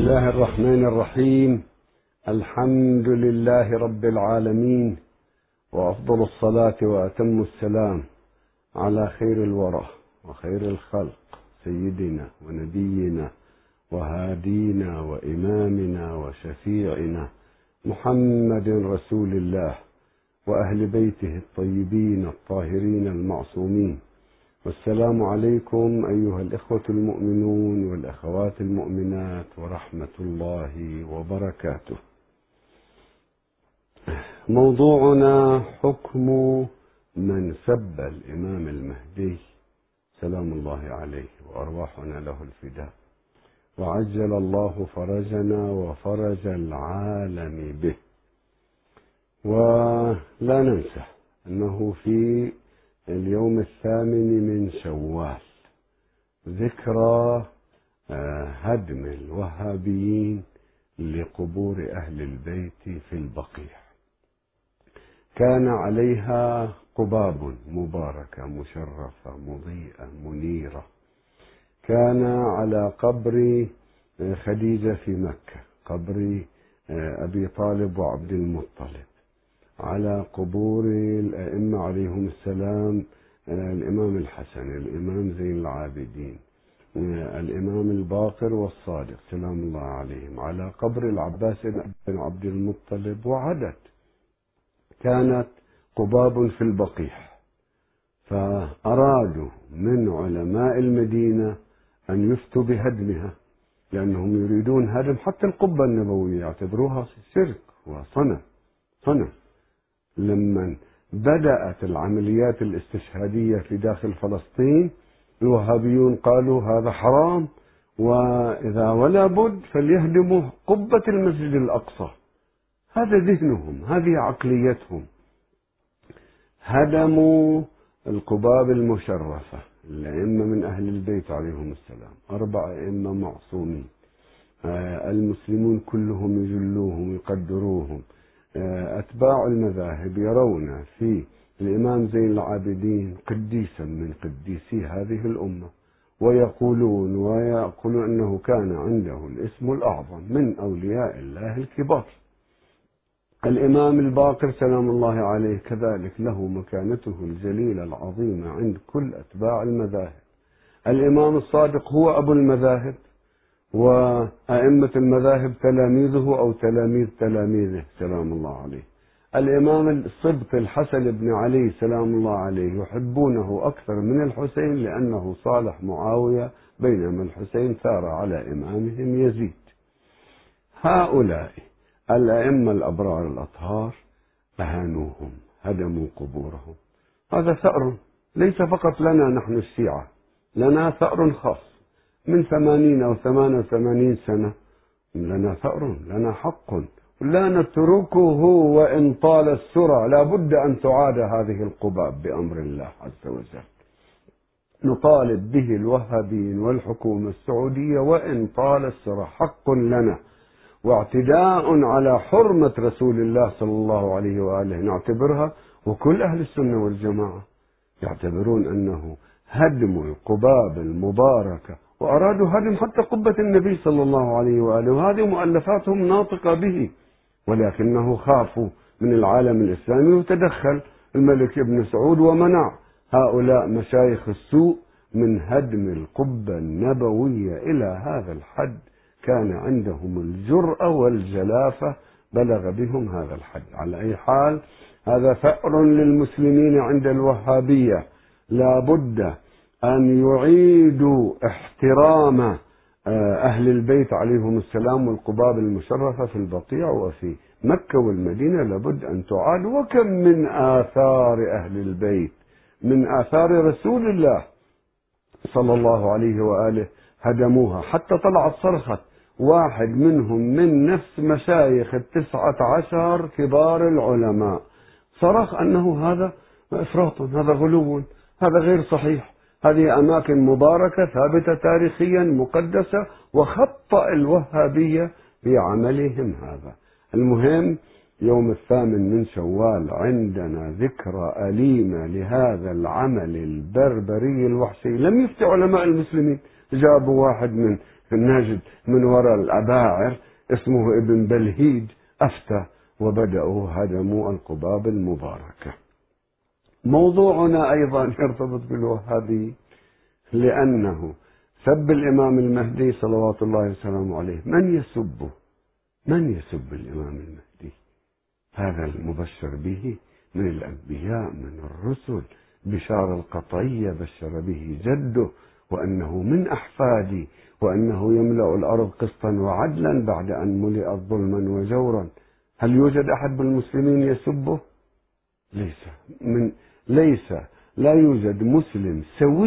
الله الرحمن الرحيم. الحمد لله رب العالمين، وأفضل الصلاة وأتم السلام على خير الورى وخير الخلق، سيدنا ونبينا وهادينا وإمامنا وشفيعنا محمد رسول الله وأهل بيته الطيبين الطاهرين المعصومين. والسلام عليكم أيها الإخوة المؤمنون والأخوات المؤمنات ورحمة الله وبركاته. موضوعنا حكم من سب الإمام المهدي سلام الله عليه وأرواحنا له الفداء، وعجل الله فرجنا وفرج العالم به. ولا ننسى أنه في اليوم 8 من شوال ذكرى هدم الوهابيين لقبور أهل البيت في البقيع. كان عليها قباب مباركة مشرفة مضيئة منيرة. كان على قبر خديجة في مكة، قبر أبي طالب وعبد المطلب، على قبور الأئمة عليهم السلام، الإمام الحسن، الإمام زين العابدين، الإمام الباقر والصادق سلام الله عليهم، على قبر العباس بن عبد المطلب وعدد. كانت قباب في البقيع، فأرادوا من علماء المدينة أن يفتوا بهدمها، لأنهم يريدون هدم حتى القبة النبوية، يعتبروها شرك وصنم. لما بدأت العمليات الاستشهادية في داخل فلسطين، الوهابيون قالوا هذا حرام، وإذا ولا بد فليهدموا قبة المسجد الأقصى. هذا ذهنهم، هذه عقليتهم. هدموا القباب المشرفة، الأئمة من أهل البيت عليهم السلام، 4 أئمة معصومين، المسلمون كلهم يجلوهم ويقدروهم. أتباع المذاهب يرون في الإمام زين العابدين قديسا من قديسي هذه الأمة، ويقولون أنه كان عنده الاسم الأعظم من أولياء الله الكبار. الإمام الباقر سلام الله عليه كذلك له مكانته الجليلة العظيمة عند كل أتباع المذاهب. الإمام الصادق هو أبو المذاهب، وأئمة المذاهب تلاميذه أو تلاميذ تلاميذه سلام الله عليه. الإمام الصبط الحسن بن علي سلام الله عليه يحبونه أكثر من الحسين لأنه صالح معاوية، بينما الحسين ثار على إمامهم يزيد. هؤلاء الأئمة الأبرار الأطهار أهانوهم، هدموا قبورهم. هذا ثأر ليس فقط لنا نحن الشيعة، لنا ثأر خاص من 80 أو 88 سنة، لنا ثأر، لنا حق لا نتركه وإن طال السرى. لا بد أن تعاد هذه القباب بأمر الله عز وجل. نطالب به الوهابيين والحكومة السعودية وإن طال السرى، حق لنا، واعتداء على حرمة رسول الله صلى الله عليه وآله نعتبرها، وكل أهل السنة والجماعة يعتبرون أنه هدم القباب المباركة، وأرادوا هدم حتى قبة النبي صلى الله عليه وآله، وهذه مؤلفاتهم ناطقة به، ولكنه خافوا من العالم الإسلامي، وتدخل الملك ابن سعود ومنع هؤلاء مشايخ السوء من هدم القبة النبوية إلى هذا الحد. كان عندهم الجرأة والجلافة، بلغ بهم هذا الحد. على أي حال هذا ثأر للمسلمين عند الوهابية. لا بد أن يعيدوا احترام أهل البيت عليهم السلام والقباب المشرفة في البقيع وفي مكة والمدينة، لابد أن تعاد. وكم من آثار أهل البيت، من آثار رسول الله صلى الله عليه وآله هدموها، حتى طلعت صرخة واحد منهم من نفس مشايخ 19 كبار العلماء، صرخ أنه هذا إفراط، هذا غلو، هذا غير صحيح، هذه أماكن مباركة ثابتة تاريخيا مقدسة، وخطأ الوهابية في عملهم هذا. المهم يوم 8 من شوال عندنا ذكرى أليمة لهذا العمل البربري الوحشي. لم يفتي علماء المسلمين، جابوا واحد من نجد من وراء الأباعر اسمه ابن بلهيد أفتى، وبدأوا هدموا القباب المباركة. موضوعنا أيضا يرتبط بالوهابي، لأنه سب الإمام المهدي صلوات الله وسلامه عليه. من يسبه؟ من يسب الإمام المهدي؟ هذا المبشر به من الأنبياء من الرسل، بشارة القطعية بشر به جده، وأنه من أحفادي، وأنه يملأ الأرض قسطا وعدلا بعد أن ملئت ظلما وجورا. هل يوجد أحد من المسلمين يسبه؟ ليس لا يوجد مسلم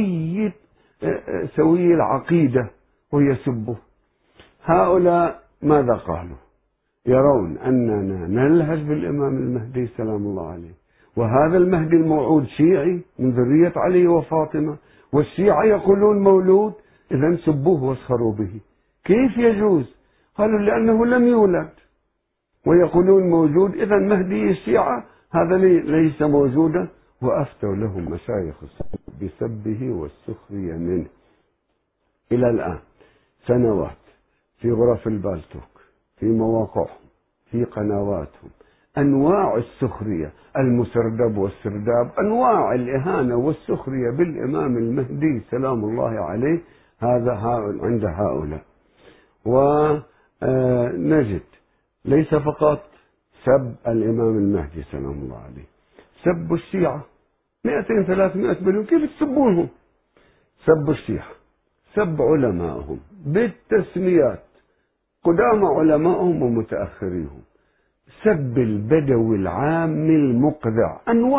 سوي العقيدة ويسبه. هؤلاء ماذا قالوا؟ يرون أننا نلهج بالإمام المهدي سلام الله عليه، وهذا المهدي الموعود شيعي من ذرية علي وفاطمة، والشيعة يقولون مولود، إذا سبوه واسخروا به. كيف يجوز؟ قالوا لأنه لم يولد، ويقولون موجود، إذا مهدي الشيعة هذا ليس موجودا. وأفتوا لهم مشايخ بسبه والسخرية منه. إلى الآن سنوات في غرف البالتوك، في مواقعهم، في قنواتهم، أنواع السخرية، المسردب والسرداب، أنواع الإهانة والسخرية بالإمام المهدي سلام الله عليه. هذا عند هؤلاء. ونجد ليس فقط سب الإمام المهدي سلام الله عليه، سب الشيعة 200-300 مليون. كيف تسبونهم؟ سب الشيعة، سب علمائهم بالتسميات، قدام علمائهم ومتأخريهم، سب البدوي العام المقذع،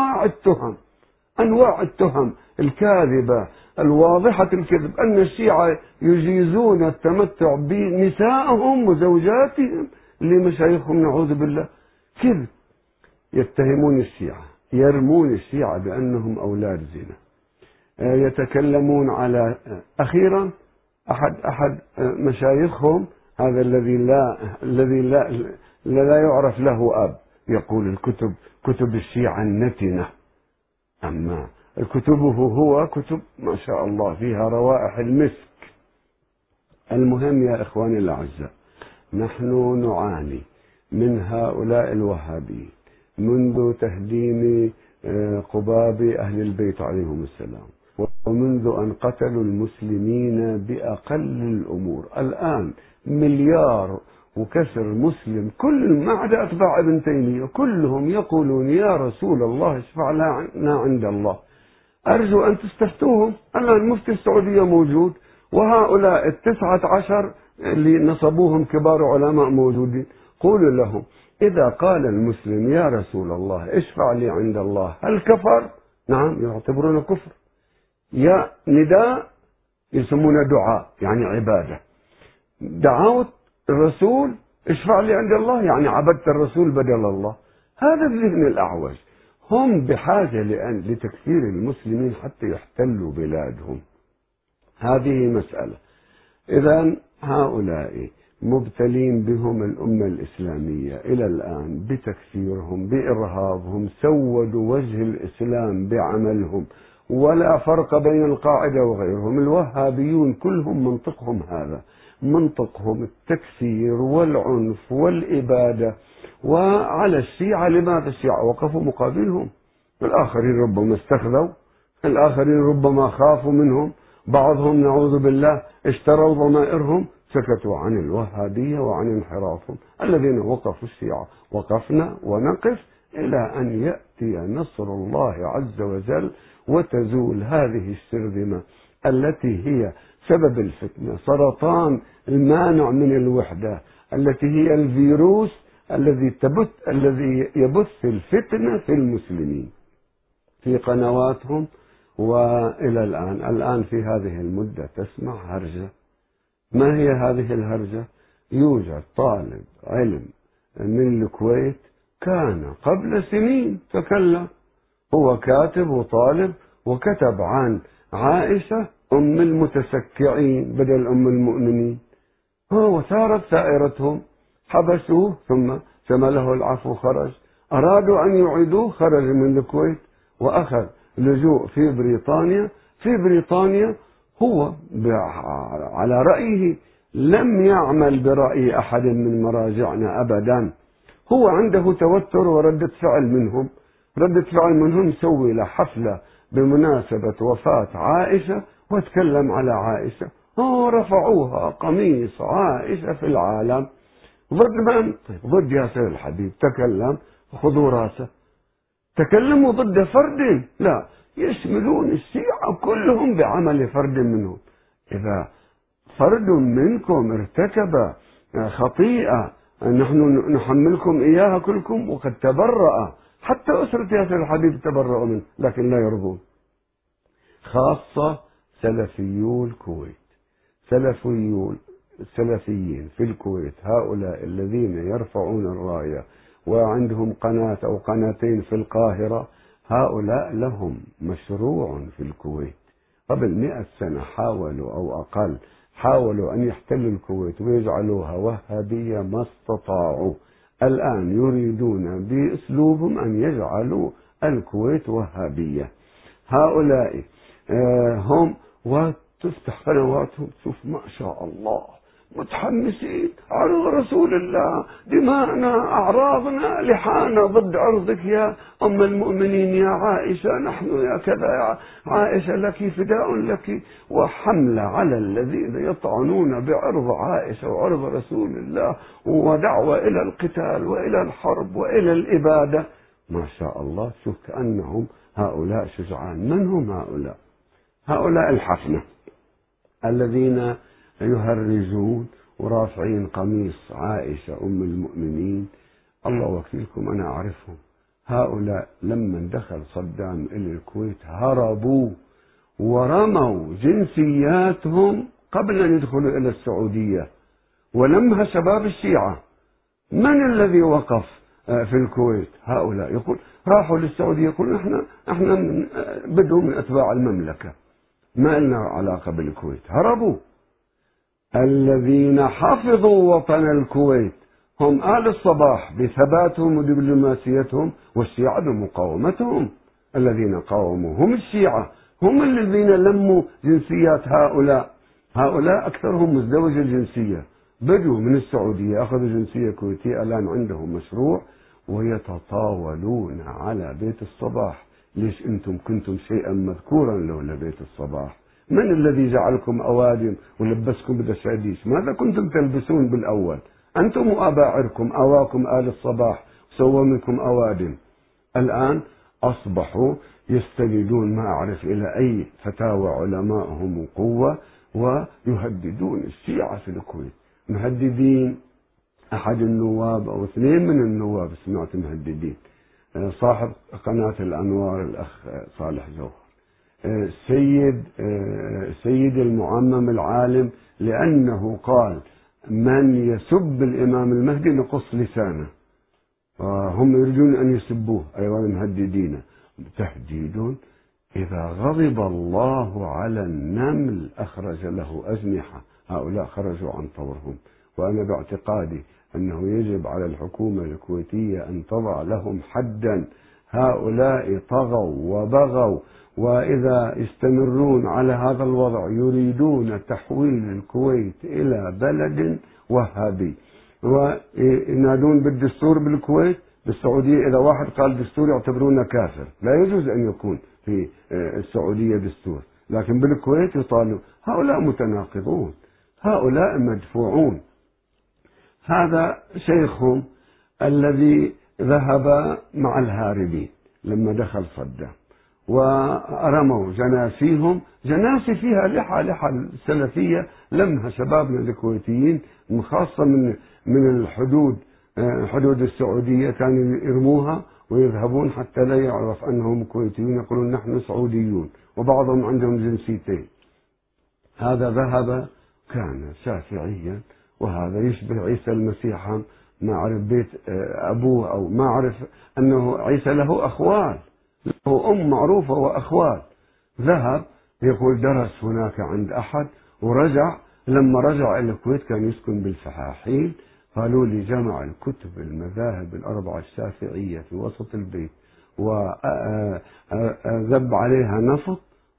أنواع التهم الكاذبة الواضحة الكذب، أن الشيعة يجيزون التمتع بنسائهم وزوجاتهم لمشايخهم، نعوذ بالله. كذب. يتهمون الشيعة، يرمون الشيعة بأنهم أولاد زنا. يتكلمون على أخيرا أحد مشايخهم، هذا الذي لا يعرف له أب، يقول كتب الشيعة النتنة، أما كتبه هو كتب ما شاء الله فيها روائح المسك. المهم يا إخواني الأعزاء، نحن نعاني من هؤلاء الوهابيين منذ تهديم قباب أهل البيت عليهم السلام، ومنذ أن قتلوا المسلمين بأقل الأمور. الآن 1,000,000,000 وكسر مسلم، كل ما عدا أتباع ابن تيمية، كلهم يقولون يا رسول الله اشفع لنا عند الله. أرجو أن تستفتوهم. الآن مفتي السعودية موجود، وهؤلاء 19 اللي نصبوهم كبار علماء موجودين. قولوا لهم إذا قال المسلم يا رسول الله اشفع لي عند الله، هل كفر؟ نعم، يعتبرون كفر. يا نداء يسمونه دعاء، يعني عبادة. دعوت الرسول اشفع لي عند الله، يعني عبدت الرسول بدل الله. هذا الذهن الأعوج. هم بحاجة لتكثير المسلمين حتى يحتلوا بلادهم. هذه مسألة. إذن هؤلاء مبتلين بهم الأمة الإسلامية إلى الآن بتكفيرهم، بإرهابهم، سودوا وجه الإسلام بعملهم، ولا فرق بين القاعدة وغيرهم. الوهابيون كلهم منطقهم هذا، منطقهم التكفير والعنف والإبادة. وعلى الشيعة، لماذا الشيعة وقفوا مقابلهم؟ الآخرين ربما استخذوا، الآخرين ربما خافوا منهم، بعضهم نعوذ بالله اشتروا ضمائرهم، سكتوا عن الوهابية وعن انحرافهم. الذين وقفوا الشيعة وقفنا ونقف إلى أن يأتي نصر الله عز وجل وتزول هذه الشرذمة التي هي سبب الفتنة، سرطان المانع من الوحدة، التي هي الفيروس الذي يبث الفتنة في المسلمين في قنواتهم. وإلى الآن في هذه المدة تسمع هرجة. ما هي هذه الهرجة؟ يوجد طالب علم من الكويت كان قبل سنين تكلم، هو كاتب وطالب، وكتب عن عائشة أم المتسكعين بدل أم المؤمنين. هو سارت سائرتهم، حبسوه ثم شمله العفو، خرج. أرادوا أن يعيدوه، خرج من الكويت وأخذ لجوء في بريطانيا. في بريطانيا هو على رأيه لم يعمل برأي أحد من مراجعنا أبدا. هو عنده توتر وردة فعل منهم، ردة فعل منهم سوي له حفلة بمناسبة وفاة عائشة وتكلم على عائشة، رفعوها قميص عائشة في العالم. ضد من؟ ضد ياسر الحبيب تكلم، خذوا راسه. تكلموا ضد فرد؟ لا، يشملون الشيعة كلهم بعمل فرد منهم. إذا فرد منكم ارتكب خطيئة نحن نحملكم إياها كلكم، وقد تبرأ حتى أسرة ياسر الحبيب تبرأوا منه، لكن لا يرضون. خاصة سلفيو الكويت، السلفيين في الكويت، هؤلاء الذين يرفعون الراية وعندهم قناة أو قناتين في القاهرة، هؤلاء لهم مشروع في الكويت. قبل 100 سنة حاولوا أو أقل، حاولوا أن يحتلوا الكويت ويجعلوها وهابية، ما استطاعوا. الآن يريدون بأسلوبهم أن يجعلوا الكويت وهابية. هؤلاء هم، وتفتح قنواتهم تشوف ما شاء الله متحمسين، عرض رسول الله، دماءنا، أعراضنا، لحانا ضد عرضك يا أم المؤمنين يا عائشة، نحن يا كذا يا عائشة لك فداء لك، وحملة على الذين يطعنون بعرض عائشة وعرض رسول الله، ودعوة إلى القتال وإلى الحرب وإلى الإبادة. ما شاء الله، شوف كأنهم هؤلاء شجعان. من هم هؤلاء؟ هؤلاء الحفنة الذين يهرجون ورافعين قميص عائشة أم المؤمنين. الله وكيلكم أنا أعرفهم. هؤلاء لما دخل صدام إلى الكويت هربوا ورموا جنسياتهم قبل أن يدخلوا إلى السعودية، ولمها شباب الشيعة. من الذي وقف في الكويت؟ هؤلاء يقول راحوا للسعودية، يقول احنا بدوا من أتباع المملكة، ما لنا علاقة بالكويت. هربوا. الذين حفظوا وطن الكويت هم آل الصباح بثباتهم ودبلوماسيتهم، والشيعة بمقاومتهم. الذين قاوموا هم الشيعة، هم الذين لموا جنسيات هؤلاء أكثرهم مزدوج الجنسية، بدوا من السعودية أخذوا جنسية كويتية، الآن عندهم مشروع ويتطاولون على بيت الصباح. ليش أنتم كنتم شيئا مذكورا لولا بيت الصباح؟ من الذي جعلكم أوادم ولبسكم بدشاديش؟ ماذا كنتم تلبسون بالأول؟ أنتم وآبائكم أواكم آل الصباح سووا منكم أوادم. الآن أصبحوا يستندون ما أعرف إلى أي فتاوى علمائهم وقوة، ويهددون الشيعة في الكويت. مهددين أحد النواب أو 2 من النواب، سمعت مهددين، صاحب قناة الأنوار الأخ صالح جوهر، سيد المعمم العالم، لأنه قال من يسب الإمام المهدي نقص لسانه. هم يريدون أن يسبوه، أيضا مهددين. تهديد. إذا غضب الله على النمل أخرج له أجنحة. هؤلاء خرجوا عن طورهم، وأنا باعتقادي أنه يجب على الحكومة الكويتية أن تضع لهم حدا. هؤلاء طغوا وبغوا، وإذا يستمرون على هذا الوضع يريدون تحويل الكويت إلى بلد وهابي، وينادون بالدستور بالكويت. بالسعودية إذا واحد قال دستور يعتبرونه كافر، لا يجوز أن يكون في السعودية دستور، لكن بالكويت يطالب. هؤلاء متناقضون، هؤلاء مدفوعون. هذا شيخهم الذي ذهب مع الهاربين لما دخل صدام، ورموا جناسيهم، جناسي فيها لحى السلفية، لمها شبابنا الكويتيين، خاصة من الحدود، حدود السعودية، كانوا يرموها ويذهبون حتى لا يعرف أنهم كويتيون، يقولون نحن سعوديون، وبعضهم عندهم جنسيتين. هذا ذهب كان شافعيا، وهذا يشبه عيسى المسيح، ما أعرف بيت أبوه، أو ما أعرف أنه عيسى له أخوال، له أم معروفة وأخوال. ذهب يقول درس هناك عند أحد ورجع. لما رجع إلى الكويت كان يسكن بالفحاحين، قالوا لي جمع الكتب المذاهب الأربعة الشافعية في وسط البيت، وذب عليها نفط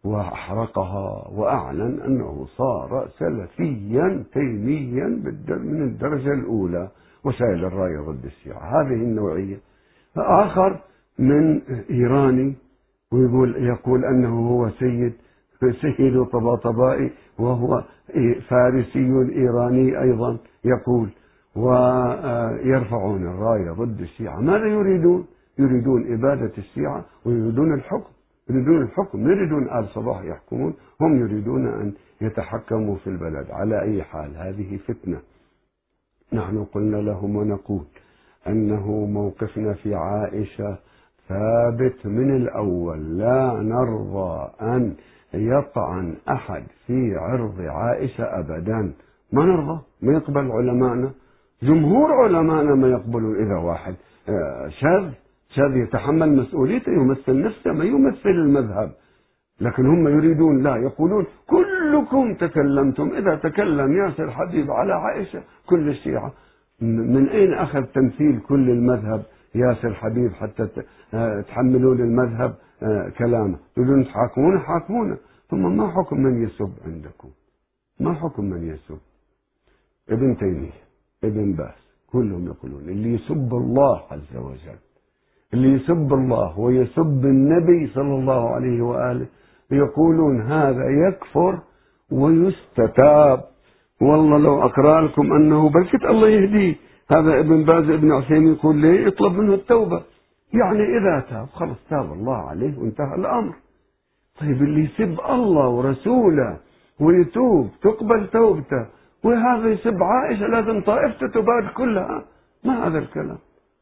وأحرقها وأعلن أنه صار سلفيا تيميا من الدرجة الأولى، وشايل الراية ضد الشيعة. هذه النوعية. آخر من إيراني يقول أنه هو سيد طباطبائي، وهو فارسي إيراني أيضا، يقول ويرفعون الراية ضد الشيعة. ماذا يريدون؟ يريدون إبادة الشيعة ويريدون الحكم، يريدون آل صباح يحكمون، هم يريدون أن يتحكموا في البلد. على أي حال هذه فتنة. نحن قلنا لهم ونقول أنه موقفنا في عائشة ثابت من الأول، لا نرضى أن يطعن أحد في عرض عائشة أبدا، ما نرضى، ما يقبل علماءنا، جمهور علماءنا ما يقبلون. إذا واحد شاذ يتحمل مسؤوليته، يمثل نفسه ما يمثل المذهب، لكن هم يريدون لا، يقولون كلكم تكلمتم. إذا تكلم ياسر حبيب على عائشة كل الشيعة، من أين أخذ تمثيل كل المذهب ياسر حبيب حتى تحملون المذهب كلامه؟ تريدون حاكمونه. ثم ما حكم من يسب عندكم؟ ما حكم من يسب؟ ابن تيمية، ابن باز، كلهم يقولون اللي يسب الله عز وجل، اللي يسب الله ويسب النبي صلى الله عليه وآله، يقولون هذا يكفر ويستتاب. والله لو أقرأ لكم أنه بلكت الله يهديه، هذا ابن باز ابن عثيمين يقول ليه يطلب منه التوبة، يعني إذا تاب خلص تاب الله عليه وانتهى الأمر. طيب اللي يسب الله ورسوله ويتوب تقبل توبته، وهذا يسب عائشة لازم طائفته تباد كلها؟ ما هذا الكلام.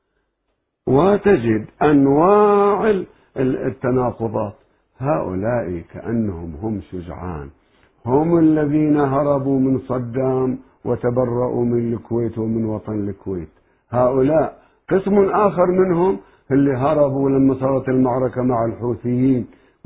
وتجد أنواع التناقضات. هؤلاء كأنهم هم شجعان، هم الذين هربوا من صدام وتبرؤوا من الكويت ومن وطن الكويت. هؤلاء قسم آخر منهم اللي هربوا لما صارت المعركة مع الحوثيين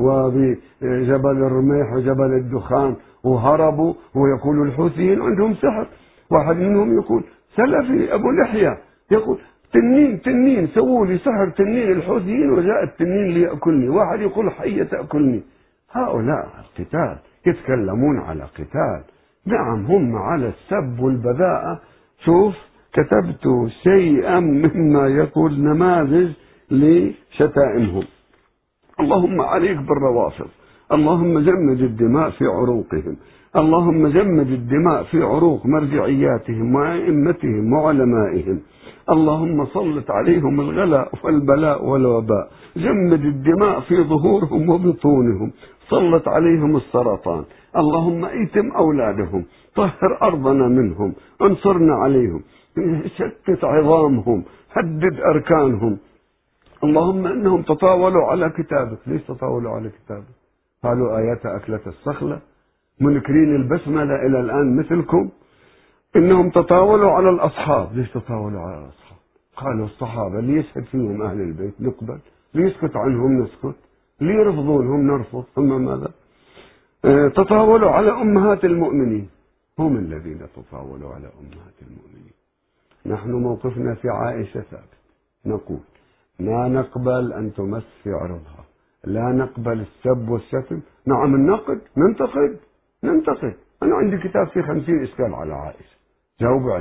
وبجبل الرميح وجبل الدخان، وهربوا ويقولوا الحوثيين عندهم سحر. واحد منهم يقول سلفي أبو لحية يقول تنين سووا لي سحر تنين الحوثيين وجاء التنين ليأكلني. واحد يقول حية تأكلني. هؤلاء القتال يتكلمون على قتال، نعم هم على السب والبذاءة. شوف كتبت شيئا مما يقول نماذج لشتائمهم. اللهم عليك بالروافض، اللهم جمد الدماء في عروقهم، اللهم جمد الدماء في عروق مرجعياتهم وأئمتهم وعلمائهم، اللهم سلط عليهم الغلاء والبلاء والوباء، جمد الدماء في ظهورهم وبطونهم، سلط عليهم السرطان، اللهم ايتم أولادهم، طهر أرضنا منهم، انصرنا عليهم، شتت عظامهم، هدد أركانهم. اللهم إنهم تطاولوا على كتابك. ليش تطاولوا على كتابك؟ قالوا آيات أكلة الصخلة، منكرين البسملة إلى الآن مثلكم. إنهم تطاولوا على الأصحاب. ليش تطاولوا على الأصحاب؟ قالوا الصحابة اللي يشهد فيهم أهل البيت نقبل، اللي يسكت عنهم نسكت، اللي يرفضونهم نرفض. ثم ماذا؟ تطاولوا على أمهات المؤمنين. هم الذين تطاولوا على أمهات المؤمنين. نحن موقفنا في عائشة ثابت، نقول لا نقبل أن تمس في عرضها، لا نقبل السب والشتم. نعم النقد، ننتقد. أنا عندي كتاب فيه 50 إشكال على عائشة، جاوبوا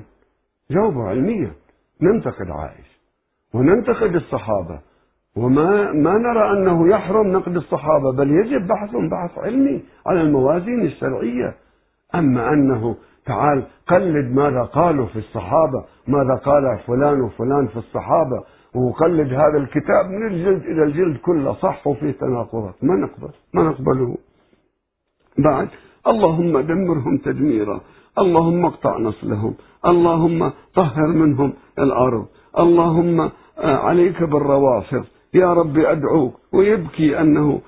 علميا. ننتقد عائشة وننتقد الصحابة، وما نرى أنه يحرم نقد الصحابة، بل يجب بحثهم بحث علمي على الموازين الشرعية. أما أنه تعال قلد ماذا قالوا في الصحابة، ماذا قال فلان وفلان في الصحابة، وقلد هذا الكتاب من الجلد إلى الجلد كله صح وفيه تناقضات، ما نقبله. بعد اللهم دمرهم تدميرا، اللهم اقطع نسلهم، اللهم طهر منهم الأرض، اللهم عليك بالروافض يا رب أدعوك. ويبكي أنه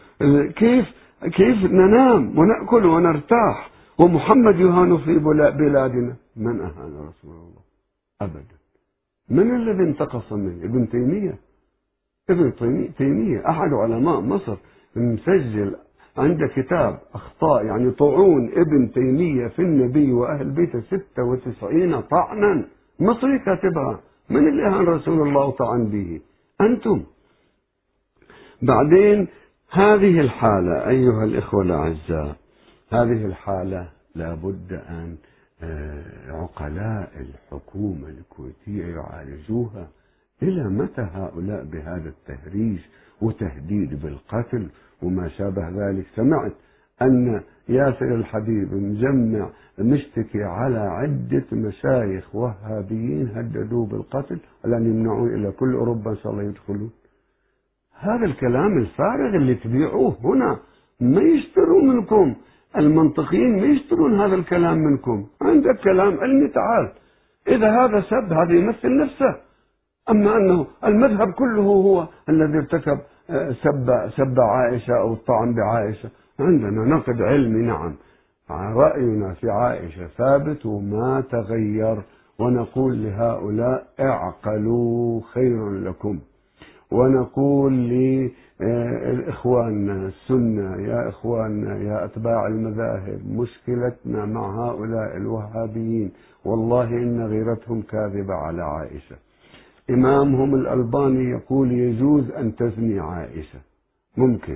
كيف ننام ونأكل ونرتاح ومحمد يهان في بلادنا. من أهان رسول الله؟ أبدا. من الذي انتقص منه؟ ابن تيمية أحد علماء مصر مسجل عنده كتاب أخطاء، يعني طعون ابن تيمية في النبي وأهل بيته 96 طعنا، مصري كاتبها. من اللي أهان رسول الله طعن به؟ أنتم. بعدين هذه الحالة أيها الإخوة الأعزاء، هذه الحالة لابد أن عقلاء الحكومة الكويتية يعالجوها. إلى متى هؤلاء بهذا التهريج وتهديد بالقتل وما شابه ذلك؟ سمعت أن ياسر الحبيب مشتكي على عدة مشايخ وهابيين هددوه بالقتل ولن يمنعون إلى كل أوروبا إن شاء الله يدخلون. هذا الكلام الفارغ اللي تبيعوه هنا ما يشترون منكم، المنطقيين ما يشترون هذا الكلام منكم. عندك كلام علمي تعال، إذا هذا سب هذا يمثل نفسه. أما أنه المذهب كله هو الذي ارتكب سب عائشة أو الطعن بعائشة، عندنا نقد علمي نعم، رأينا في عائشة ثابت وما تغير، ونقول لهؤلاء اعقلوا خير لكم. ونقول لإخواننا السنة يا إخواننا يا أتباع المذاهب، مشكلتنا مع هؤلاء الوهابيين والله إن غيرتهم كاذبة على عائشة. إمامهم الألباني يقول يجوز أن تزني عائشة، ممكن،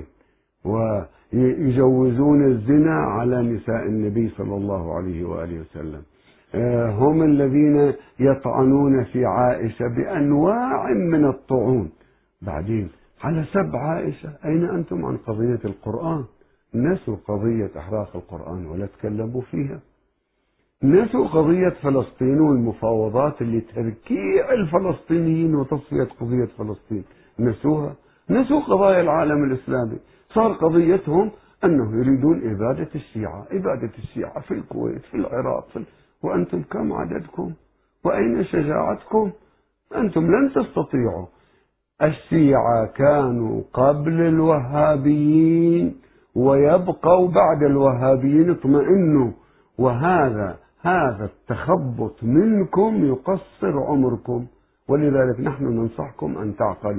ويجوزون الزنا على نساء النبي صلى الله عليه وآله وسلم. هم الذين يطعنون في عائشة بأنواع من الطعون. بعدين على سب عائشة، أين أنتم عن قضية القرآن؟ نسوا قضية إحراق القرآن ولا تكلموا فيها. نسوا قضية فلسطين والمفاوضات اللي تركيع الفلسطينيين وتصفية قضية فلسطين، نسوها. نسوا قضايا العالم الإسلامي، صار قضيتهم أنه يريدون إبادة الشيعة، إبادة الشيعة في الكويت في العراق وأنتم كم عددكم؟ وأين شجاعتكم؟ أنتم لن تستطيعوا. الشيعة كانوا قبل الوهابيين ويبقوا بعد الوهابيين، اطمئنوا. وهذا التخبط منكم يقصر عمركم، ولذلك نحن ننصحكم أن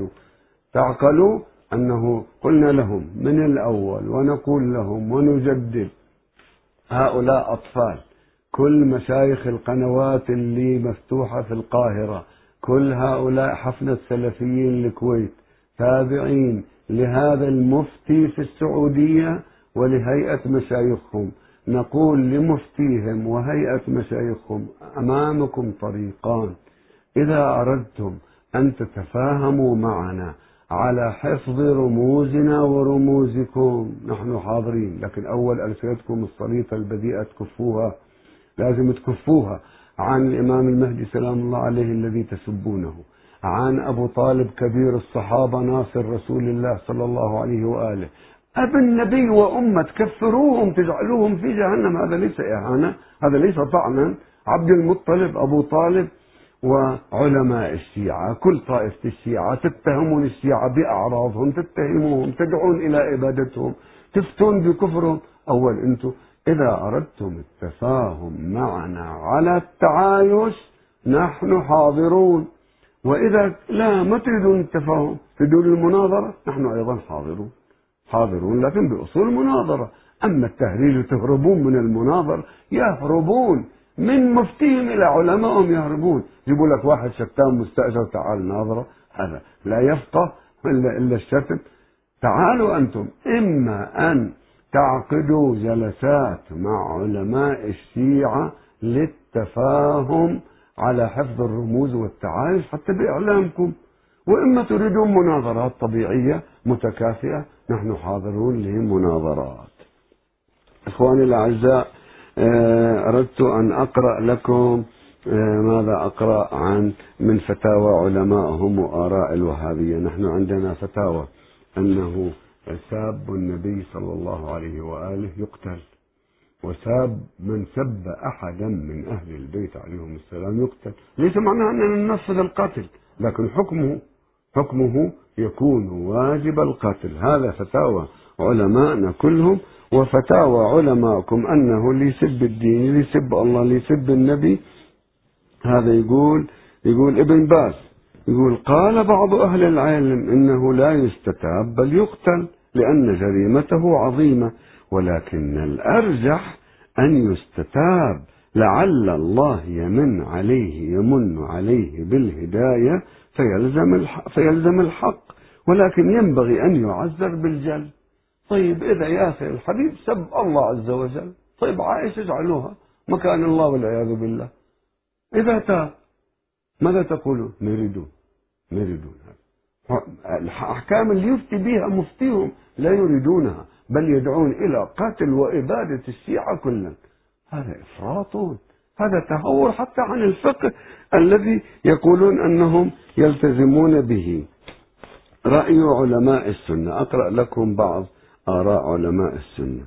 تعقلوا أنه قلنا لهم من الأول ونقول لهم ونجدد، هؤلاء أطفال. كل مشايخ القنوات اللي مفتوحة في القاهرة، كل هؤلاء حفلة سلفيين الكويت تابعين لهذا المفتي في السعودية ولهيئة مشايخهم. نقول لمفتيهم وهيئة مشايخهم أمامكم طريقان، إذا أردتم أن تتفاهموا معنا على حفظ رموزنا ورموزكم نحن حاضرين، لكن أول ألسنتكم الصليطة البذيئة تكفوها، لازم تكفوها عن الإمام المهدي سلام الله عليه الذي تسبونه، عن أبو طالب كبير الصحابة ناصر رسول الله صلى الله عليه وآله، أبي النبي وأمة، تكفروهم تجعلوهم في جهنم. هذا ليس إهانة، هذا ليس طعنا. عبد المطلب، أبو طالب، وعلماء الشيعة، كل طائفة الشيعة تتهمون الشيعة بأعراضهم، تتهموهم، تدعون إلى إبادتهم، تفتون بكفرهم. أول أنتم إذا أردتم التفاهم معنا على التعايش نحن حاضرون، وإذا لا ما تريدون التفاهم تريدون المناظرة نحن أيضا حاضرون لكن بأصول المناظرة. أما التهريج تهربون من المناظرة، يهربون من مفتيهم إلى علمائهم، يهربون. يجيبوا لك واحد شتام مستأجر تعال ناظرة، هذا لا يفقه إلا الشتم. تعالوا أنتم إما أن تعقدوا جلسات مع علماء الشيعة للتفاهم على حفظ الرموز والتعايش حتى بإعلامكم، وإما تريدون مناظرات طبيعية متكافئة، نحن حاضرون لمناظرات. إخواني الأعزاء، أردت أن أقرأ لكم ماذا أقرأ من فتاوى علمائهم وآراء الوهابية. نحن عندنا فتاوى أنه ساب النبي صلى الله عليه وآله يقتل، وساب من سب أحدا من أهل البيت عليهم السلام يقتل. ليس معناه أننا ننفذ القتل، لكن حكمه يكون واجب القتل. هذا فتاوى علماءنا كلهم، وفتاوى علماءكم أنه اللي يسب الدين، اللي يسب الله، اللي يسب النبي، هذا يقول ابن باز يقول قال بعض أهل العلم إنه لا يستتاب بل يقتل لأن جريمته عظيمة، ولكن الأرجح أن يستتاب لعل الله يمن عليه بالهداية فيلزم الحق، ولكن ينبغي أن يعذر بالجلد. طيب إذا ياسر الحبيب سب الله عز وجل، طيب عائشة اجعلوها مكان الله والعياذ بالله. إذا تاب ماذا تقولون؟ نريدون هذا. الأحكام اللي يفتي بها مفتيهم لا يريدونها، بل يدعون إلى قتل وإبادة الشيعة كلا. هذا إفراط، هذا تهور حتى عن الفقه الذي يقولون أنهم يلتزمون به. رأي علماء السنة، أقرأ لكم بعض آراء علماء السنة.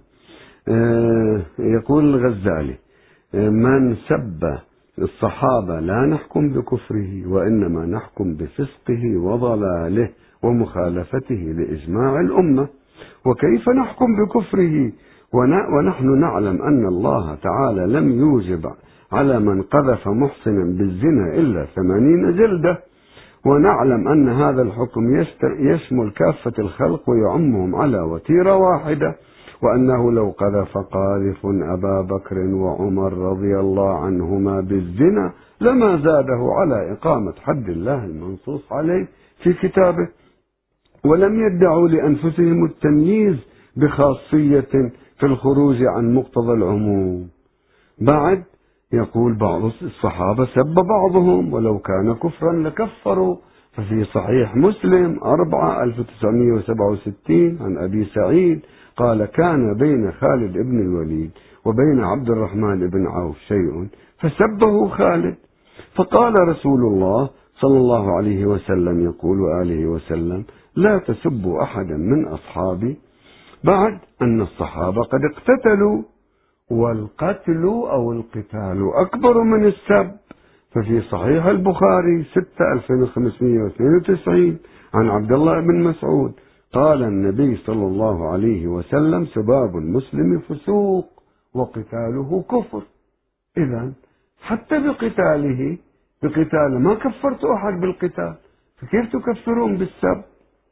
يقول الغزالي: من سب الصحابة لا نحكم بكفره، وإنما نحكم بفسقه وضلاله ومخالفته لإجماع الأمة. وكيف نحكم بكفره ونحن نعلم أن الله تعالى لم يوجب على من قذف محصنا بالزنا إلا 80 جلدة، ونعلم أن هذا الحكم يشمل كافة الخلق ويعمهم على وتيرة واحدة، وأنه لو قذف قاذف أبا بكر وعمر رضي الله عنهما بالزنا لما زاده على إقامة حد الله المنصوص عليه في كتابه، ولم يدعوا لأنفسهم التمييز بخاصية في الخروج عن مقتضى العموم. بعد يقول: بعض الصحابة سب بعضهم ولو كان كفرا لكفروا، ففي صحيح مسلم 4/1967 عن أبي سعيد قال: كان بين خالد بن الوليد وبين عبد الرحمن بن عوف شيء فسبه خالد، فقال رسول الله صلى الله عليه وسلم يقول وآله وسلم: لا تسبوا أحدا من أصحابي. بعد أن الصحابة قد اقتتلوا، والقتل أو القتال أكبر من السب، ففي صحيح البخاري 6/2592 عن عبد الله بن مسعود قال النبي صلى الله عليه وسلم: سباب المسلم فسوق وقتاله كفر. إذن حتى بقتال ما كفرت أحد بالقتال، فكيف تكفرون بالسب؟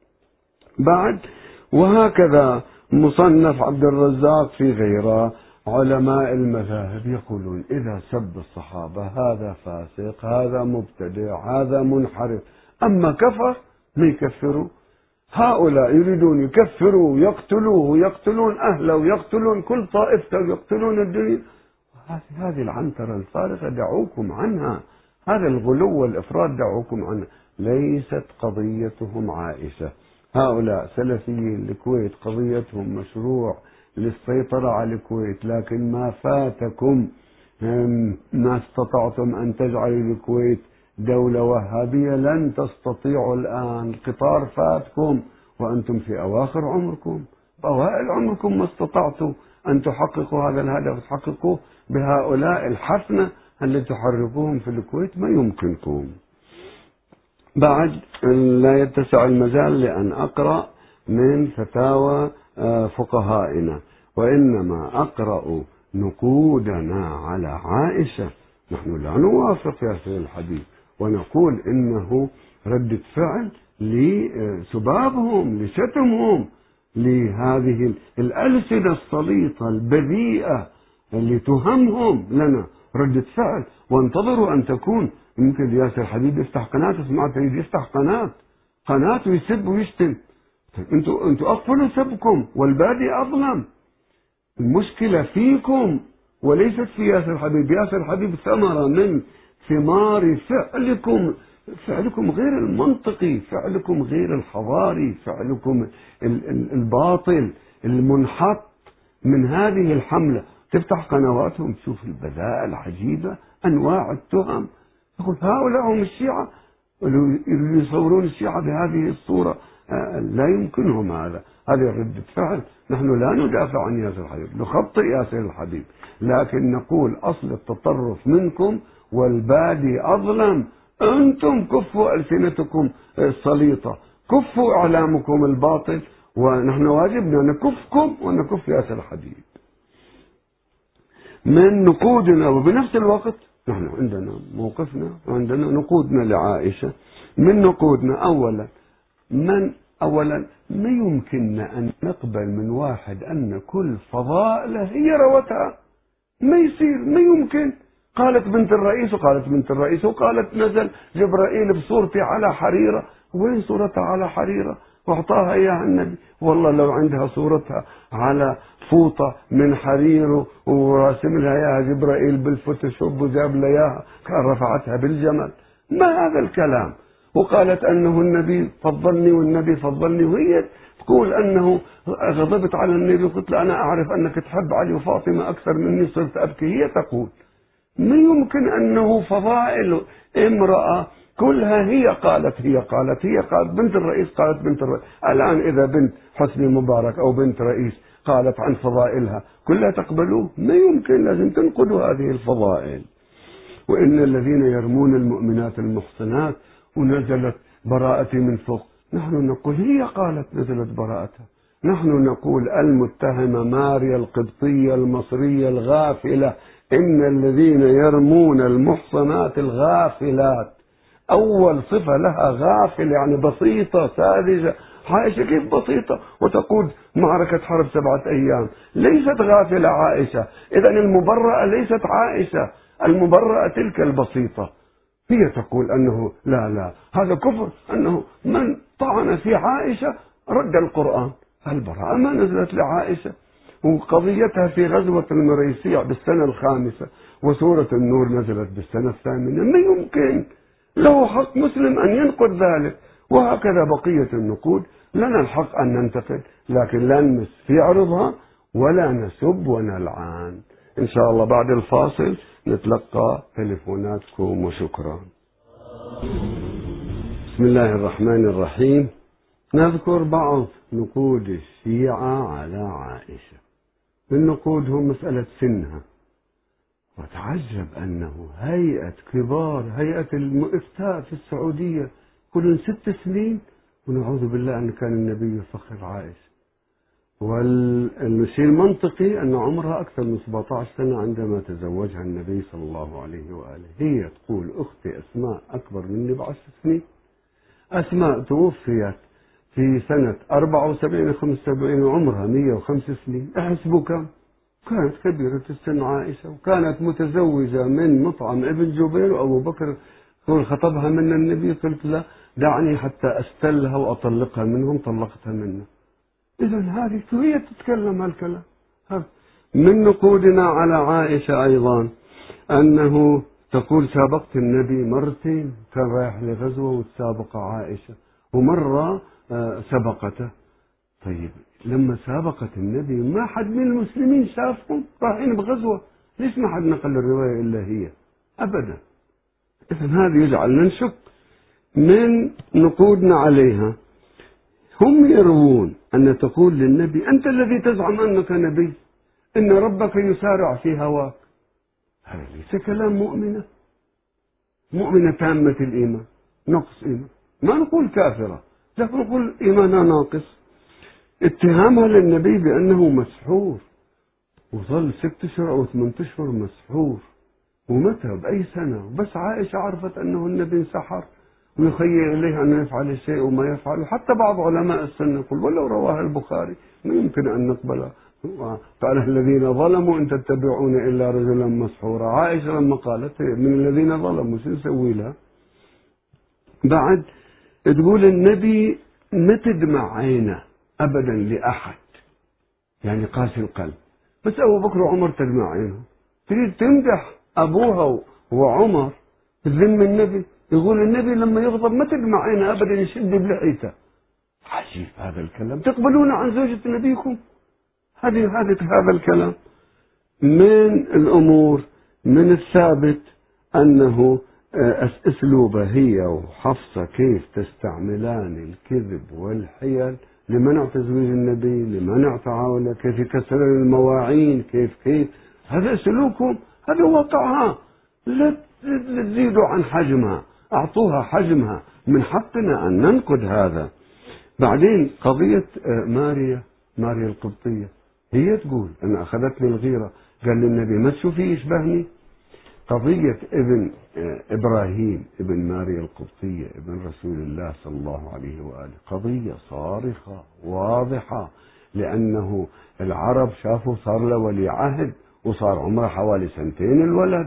بعد وهكذا مصنف عبد الرزاق في غيره علماء المذاهب يقولون: إذا سب الصحابة هذا فاسق، هذا مبتدع، هذا منحرف، أما كفر ما يكفروا. هؤلاء يريدون يكفروا، يقتلوه، يقتلون أهله، ويقتلون كل طائفته، ويقتلون الدنيا. هذه العنترة الفارغة دعوكم عنها، هذا الغلو والإفراط دعوكم عنها. ليست قضيتهم عائشة. هؤلاء سلفيين الكويت قضيتهم مشروع للسيطرة على الكويت، لكن ما فاتكم، ما استطعتم أن تجعلوا الكويت دولة وهابية، لن تستطيعوا الآن. القطار فاتكم وأنتم في أواخر عمركم، أوائل عمركم ما استطعتوا أن تحققوا هذا الهدف، تحققوه بهؤلاء الحفنة التي تحركوهم في الكويت، ما يمكنكم. بعد لا يتسع المجال لأن أقرأ من فتاوى فقهائنا، وإنما أقرأ نقودنا على عائشة. نحن لا نوافق يا سيد الحبيب، ونقول إنه ردة فعل لسبابهم، لشتمهم، لهذه الألسنة السليطة البذيئة اللي تهمهم لنا ردة فعل. وانتظروا أن تكون، يمكن ياسر حبيب يفتح قناة، سمعت يريد يفتح قناة ويسب ويشتم. انتوا اقفلوا سبكم، والبادي اظلم. المشكلة فيكم وليست في ياسر حبيب. ياسر حبيب ثمرة من ثمار فعلكم غير المنطقي، فعلكم غير الحضاري، فعلكم الباطل المنحط من هذه الحملة. تفتح قنواتهم تشوف البذاءة العجيبة، أنواع التهم. يقول هؤلاء هم الشيعة، يصورون الشيعة بهذه الصورة. لا يمكنهم هذا. هذه ردة فعل. نحن لا ندافع عن ياسر الحبيب، نخطئ ياسر الحبيب، لكن نقول أصل التطرف منكم والبادي أظلم. أنتم كفوا ألسنتكم السليطة، كفوا إعلامكم الباطل، ونحن واجبنا نكفكم ونكف ياسر الحبيب. من نقودنا، وبنفس الوقت نحن عندنا موقفنا وعندنا نقودنا لعائشة. من نقودنا أولا ما يمكننا أن نقبل من واحد أن كل فضائله هي روتها. ما يصير، ما يمكن. قالت بنت الرئيس وقالت بنت الرئيس، وقالت نزل جبرائيل بصورتي على حريرة. وين صورتها على حريرة واعطاها اياها النبي؟ والله لو عندها صورتها على فوطة من حرير وراسم لها اياها جبرائيل بالفوتوشوب وجاب لها اياها كان رفعتها بالجمل. ما هذا الكلام؟ وقالت انه النبي فضلني والنبي فضلني، وهي تقول انه غضبت على النبي وقلت له انا اعرف انك تحب علي وفاطمة اكثر مني صرت ابكي. هي تقول ما يمكن أنه فضائل امرأة كلها هي قالت بنت الرئيس قالت بنت الرئيس. الآن إذا بنت حسني مبارك أو بنت رئيس قالت عن فضائلها كلها تقبلوه؟ ما يمكن، لازم تنقدوا هذه الفضائل. وإن الذين يرمون المؤمنات المحصنات ونزلت براءتي من فوق، نحن نقول هي قالت نزلت براءتها. نحن نقول المتهمة ماريا القبطية المصرية الغافلة، إن الذين يرمون المحصنات الغافلات، أول صفة لها غافل يعني بسيطة ساذجة. عائشة كيف بسيطة وتقود معركة حرب 7 أيام؟ ليست غافلة عائشة. إذن المبرأة ليست عائشة، المبرأة تلك البسيطة. هي تقول أنه لا هذا كفر، أنه من طعن في عائشة رد القرآن. البراءة ما نزلت لعائشة، وقضيتها في غزوة المريسيع بالسنة 5 وسورة النور نزلت بالسنة 8. ما يمكن، له حق مسلم أن ينقد ذلك. وهكذا بقية النقود لنا الحق أن ننتقد، لكن لا نمس في عرضها ولا نسب ونلعن. إن شاء الله بعد الفاصل نتلقى تليفوناتكم وشكرا. بسم الله الرحمن الرحيم. نذكر بعض نقود الشيعة على عائشة. من نقودهم مسألة سنها، وتعجب أنه هيئة كبار هيئة الإفتاء في السعودية كل 6 سنين، ونعوذ بالله أن كان النبي يفخر عائشة. والشيء المنطقي أن عمرها أكثر من 17 سنة عندما تزوجها النبي صلى الله عليه وآله. هي تقول أختي أسماء أكبر مني ب10 سنين. أسماء توفيت في سنة 74 75 وعمرها 105 سنين. احسبوا كم كانت كبيرة السن عائشة، وكانت متزوجة من مطعم ابن جبير، وأبو بكر خطبها من النبي قلت له دعني حتى أستلها وأطلقها منهم، طلقتها منه. إذا هذه هي تتكلم هالكلام. من نقودنا على عائشة أيضا أنه تقول سابقت النبي مرتين، كان رايح لغزوة وتسابق عائشة، ومرة سبقته. طيب لما سابقت النبي ما حد من المسلمين شافهم رايحين بغزوة، ليش ما حد نقل الرواية إلا هي؟ أبدا. إذن هذا يجعلنا نشك. من نقودنا عليها هم يروون أن تقول للنبي أنت الذي تزعم أنك نبي، إن ربك يسارع في هواك. هذا ليس كلام مؤمنة تامة الإيمان، نقص إيمان. ما نقول كافرة، لكن نقول إيمانها ناقص. اتهامها للنبي بأنه مسحور، وظل 6 أشهر أو 8 أشهر مسحور، ومتى بأي سنة؟ بس عائشة عرفت أنه النبي انسحر ويخيل إليه أن يفعل الشيء وما يفعل. حتى بعض علماء السنة يقول ولو رواه البخاري ما يمكن أن نقبله. قال الذين ظلموا إن تتبعون إلا رجلا مسحورا. عائشة لما قالت من الذين ظلموا شو نسوي لها؟ بعد تقول النبي ما تدمع عينه أبدا لأحد، يعني قاسي القلب. بس أبو بكر وعمر تدمع عينه. تريد تمدح أبوها وعمر ذم النبي، يقول النبي لما يغضب ما تدمع عينه أبدا يشد بلحيته. عجيب هذا الكلام. تقبلون عن زوجة نبيكم هذا الكلام؟ من الأمور من الثابت أنه أسلوبها هي وحفصة كيف تستعملان الكذب والحيل لمنع تزويج النبي، لمنع تعاونه، كيف يكسرن المواعين، كيف هذا سلوكهم، هذا واقعها. لا تزيدوا عن حجمها، أعطوها حجمها. من حقنا أن ننقد هذا. بعدين قضية ماريا القبطية، هي تقول أنا أخذتني الغيرة، قال للنبي ما تشوفي يشبهني. قضية ابن إبراهيم ابن ماريا القبطية ابن رسول الله صلى الله عليه وآله قضية صارخة واضحة، لأنه العرب شافوا صار له ولي عهد وصار عمره حوالي 2 سنين الولد،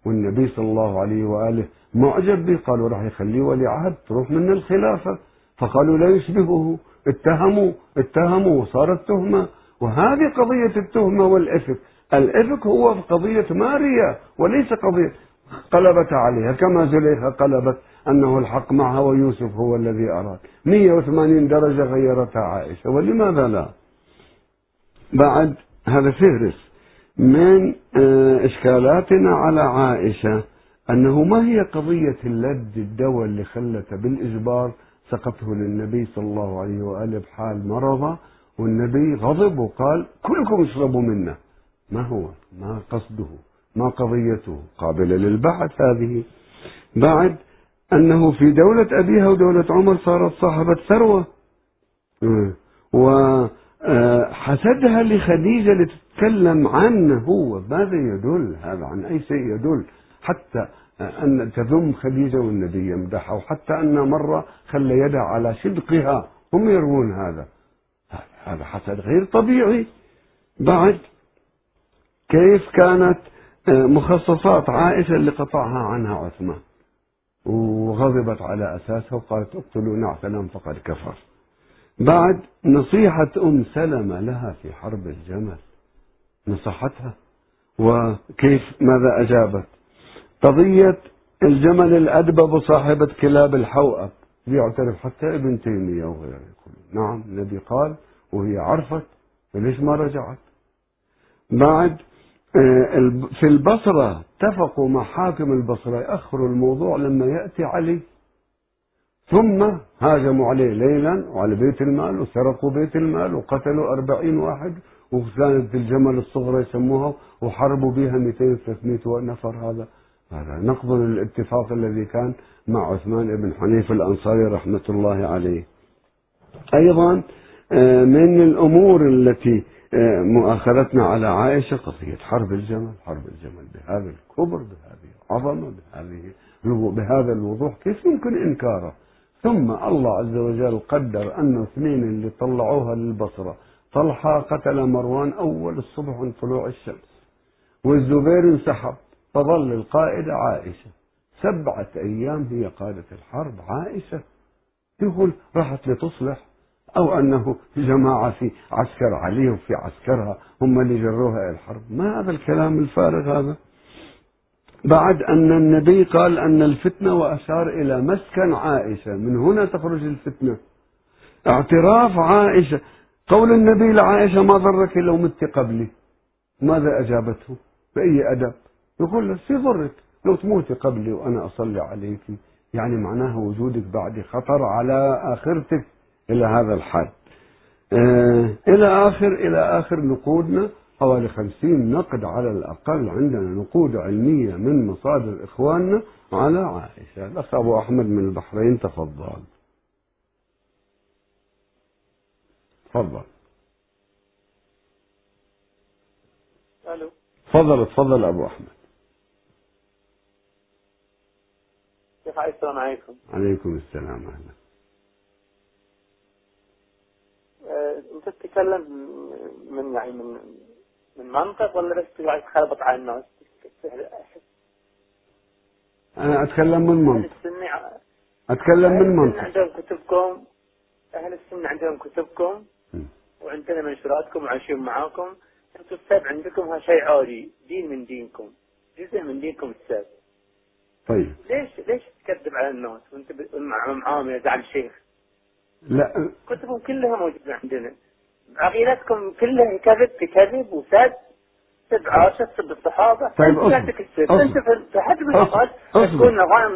والنبي صلى الله عليه وآله معجب به، قالوا راح يخليه ولي عهد تروح من الخلافة، فقالوا لا يشبهه، اتهموا وصارت تهمة. وهذه قضية التهمة والإفك. الإفك هو قضية ماريا وليس قضية قلبت عليها، كما زليخة قلبت أنه الحق معها ويوسف هو الذي أراد. 180 درجة غيرتها عائشة، ولماذا لا؟ بعد هذا فهرس من إشكالاتنا على عائشة، أنه ما هي قضية اللد الدواء اللي خلته بالإجبار سقطه للنبي صلى الله عليه وآله بحال مرضه، والنبي غضب وقال كلكم اشربوا منه. ما هو؟ ما قصده؟ ما قضيته؟ قابلة للبحث هذه. بعد أنه في دولة أبيها ودولة عمر صارت صاحبة ثروة، وحسدها لخديجة لتتكلم عنه هو. ماذا يدل هذا؟ عن أي شيء يدل؟ حتى أن تذم خديجة والنبي يمدحها، وحتى أن مرة خلى يدها على شدقها، هم يروون هذا حسد غير طبيعي. بعد كيف كانت مخصصات عائشة اللي قطعها عنها عثمان وغضبت على أساسها وقالت اقتلوا نعسلا فقد كفر. بعد نصيحة أم سلمة لها في حرب الجمل، نصحتها وكيف ماذا أجابت. قضية الجمل الأدبب صاحبة كلاب الحوأب، يعترف حتى ابن تيمية وغيره يقول نعم النبي قال وهي عرفت، فليش ما رجعت. بعد في البصرة اتفقوا مع حاكم البصرة يأخروا الموضوع لما يأتي علي، ثم هاجموا عليه ليلا وعلى بيت المال وسرقوا بيت المال وقتلوا 40 واحد، وكانت الجمل الصغرى يسموها وحربوا بها 200-300 نفر. هذا نقض الاتفاق الذي كان مع عثمان بن حنيف الأنصاري رحمة الله عليه. أيضا من الأمور التي مؤاخذتنا على عائشة قضية حرب الجمل بهذا الكبر، بهذه العظمة، بهذا الوضوح، كيف يمكن إنكاره؟ ثم الله عز وجل قدر أن 2 اللي طلعوها للبصرة، طلحة قتل مروان أول الصبح من طلوع الشمس، والزبير انسحب، فظل القائدة عائشة 7 أيام هي قادة الحرب. عائشة يقول راحت لتصلح، أو أنه جماعة في عسكر علي وفي عسكرها هم اللي جروها إلى الحرب. ما هذا الكلام الفارغ هذا؟ بعد أن النبي قال أن الفتنة وأشار إلى مسكن عائشة، من هنا تخرج الفتنة. اعتراف عائشة، قول النبي لعائشة ما ضرك لو مت قبلي، ماذا أجابته؟ بأي أدب؟ يقول له سيضرك لو تموتي قبلي وأنا أصلي عليك، يعني معناها وجودك بعدي خطر على آخرتك إلى هذا الحد. إلى آخر نقودنا، حوالي 50 نقد على الأقل عندنا نقود علمية من مصادر إخواننا على عائشة. الأخ أبو أحمد من البحرين تفضل. تفضل أبو أحمد. كيف السلام عليكم. عليكم السلام. أهلا. أنت تتكلم من منطق ولا بس قاعد تخربط على الناس؟ أنا أتكلم من منطق. أهل السنة عندهم كتبكم، أهل السنة عندهم كتبكم وعندنا منشوراتكم وعايشين معاكم. أنتم السب عندكم ها شيء عادي، دين من دينكم، جزء من دينكم السب. طيب ليش تكذب على الناس وأنت مع معاملة زعل الشيخ؟ لا، كتبهم كلها موجودة عندنا، عقيدتكم كلها كذب في كذب وسب، سب عاشة، سب الصحابة. طيب أنت في حد من الأوقات تكون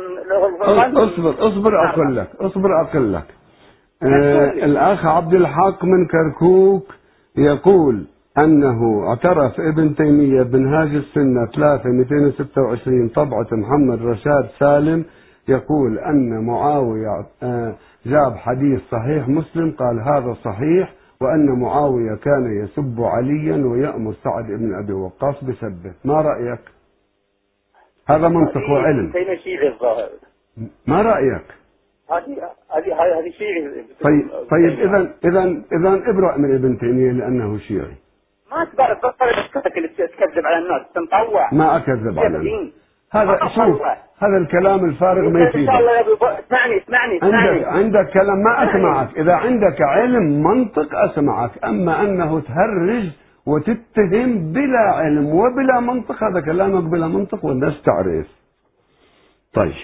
اصبر أقول لك. الأخ عبد الحق من كركوك يقول أنه اعترف ابن تيمية بمنهاج السنة 3/226 طبعة محمد رشاد سالم، يقول أن معاوية جاب حديث صحيح مسلم قال هذا صحيح، وأن معاوية كان يسب عليا ويأمر سعد بن أبي وقاص بسبه. ما رأيك؟ هذا منطق وعلم. ابن شيعي الظاهر. ما رأيك؟ هذه شيعي. طيب إذا ابرأ من ابن تيمية لأنه شيعي. ما تبرر اللي تكذب على الناس، تنطوع. ما أكذب على الناس. هذا شوف هذا الكلام الفارغ ما يفيد. إن شاء الله يا أبو اسمعني. عندك كلام ما أسمعك. إذا عندك علم منطق أسمعك، أما أنه تهرج وتتهم بلا علم وبلا منطق، هذا كلامك بلا منطق والناس تعرف. طيب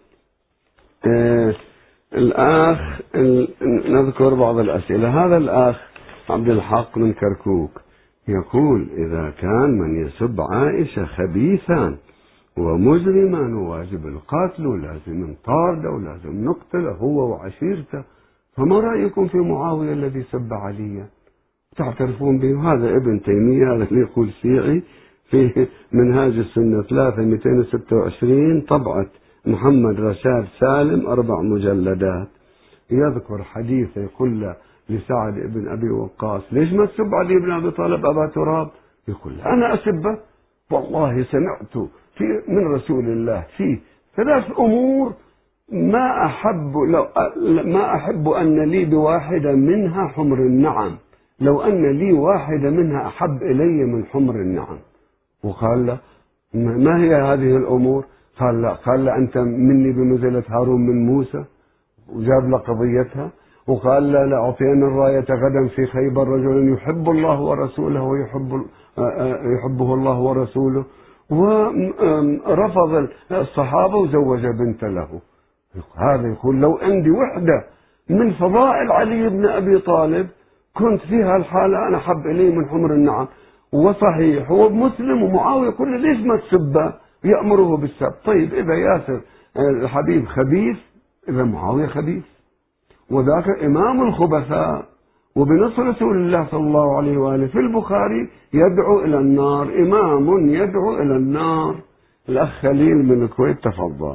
الأخ نذكر بعض الأسئلة. هذا الأخ عبد الحق من كركوك يقول: إذا كان من يسب عائشة خبيثا ومجرما وواجب القتل ولازم نطارده ولازم نقتله هو وعشيرته، فما رأيكم في معاوية الذي سب عليا؟ تعترفون به؟ هذا ابن تيمية، هذا اللي يقول شيعي، في منهاج السنة 3/226 طبعة محمد رشاد سالم 4 مجلدات، يذكر حديث يقول له لسعد بن أبي وقاص: ليش ما تسب علي بن أبي طالب أبا تراب؟ يقول: أنا أسبه؟ والله سمعت من رسول الله في 3 أمور ما أحب أن لي بواحدة منها حمر النعم، لو أن لي واحدة منها أحب إلي من حمر النعم. وقال له: ما هي هذه الأمور؟ قال له: أنت مني بمنزلة هارون من موسى، وجاب له قضيتها. وقال له: لأعطين الراية غدا في خيبر رجل يحب الله ورسوله ويحبه الله ورسوله، ورفض الصحابة وزوج بنت له. هذا يقول: لو عندي وحدة من فضائل علي بن أبي طالب كنت فيها الحالة أنا أحب إليه من حمر النعم. وصحيح هو مسلم. ومعاوية يقول: ليش ما تسبه؟ يأمره بالسب. طيب إذا ياسر الحبيب خبيث، إذا معاوية خبيث، وذاك إمام الخبثاء، وبنص رسول الله صلى الله عليه وآله في البخاري يدعو إلى النار، إمام يدعو إلى النار. الأخ خليل من الكويت تفضل.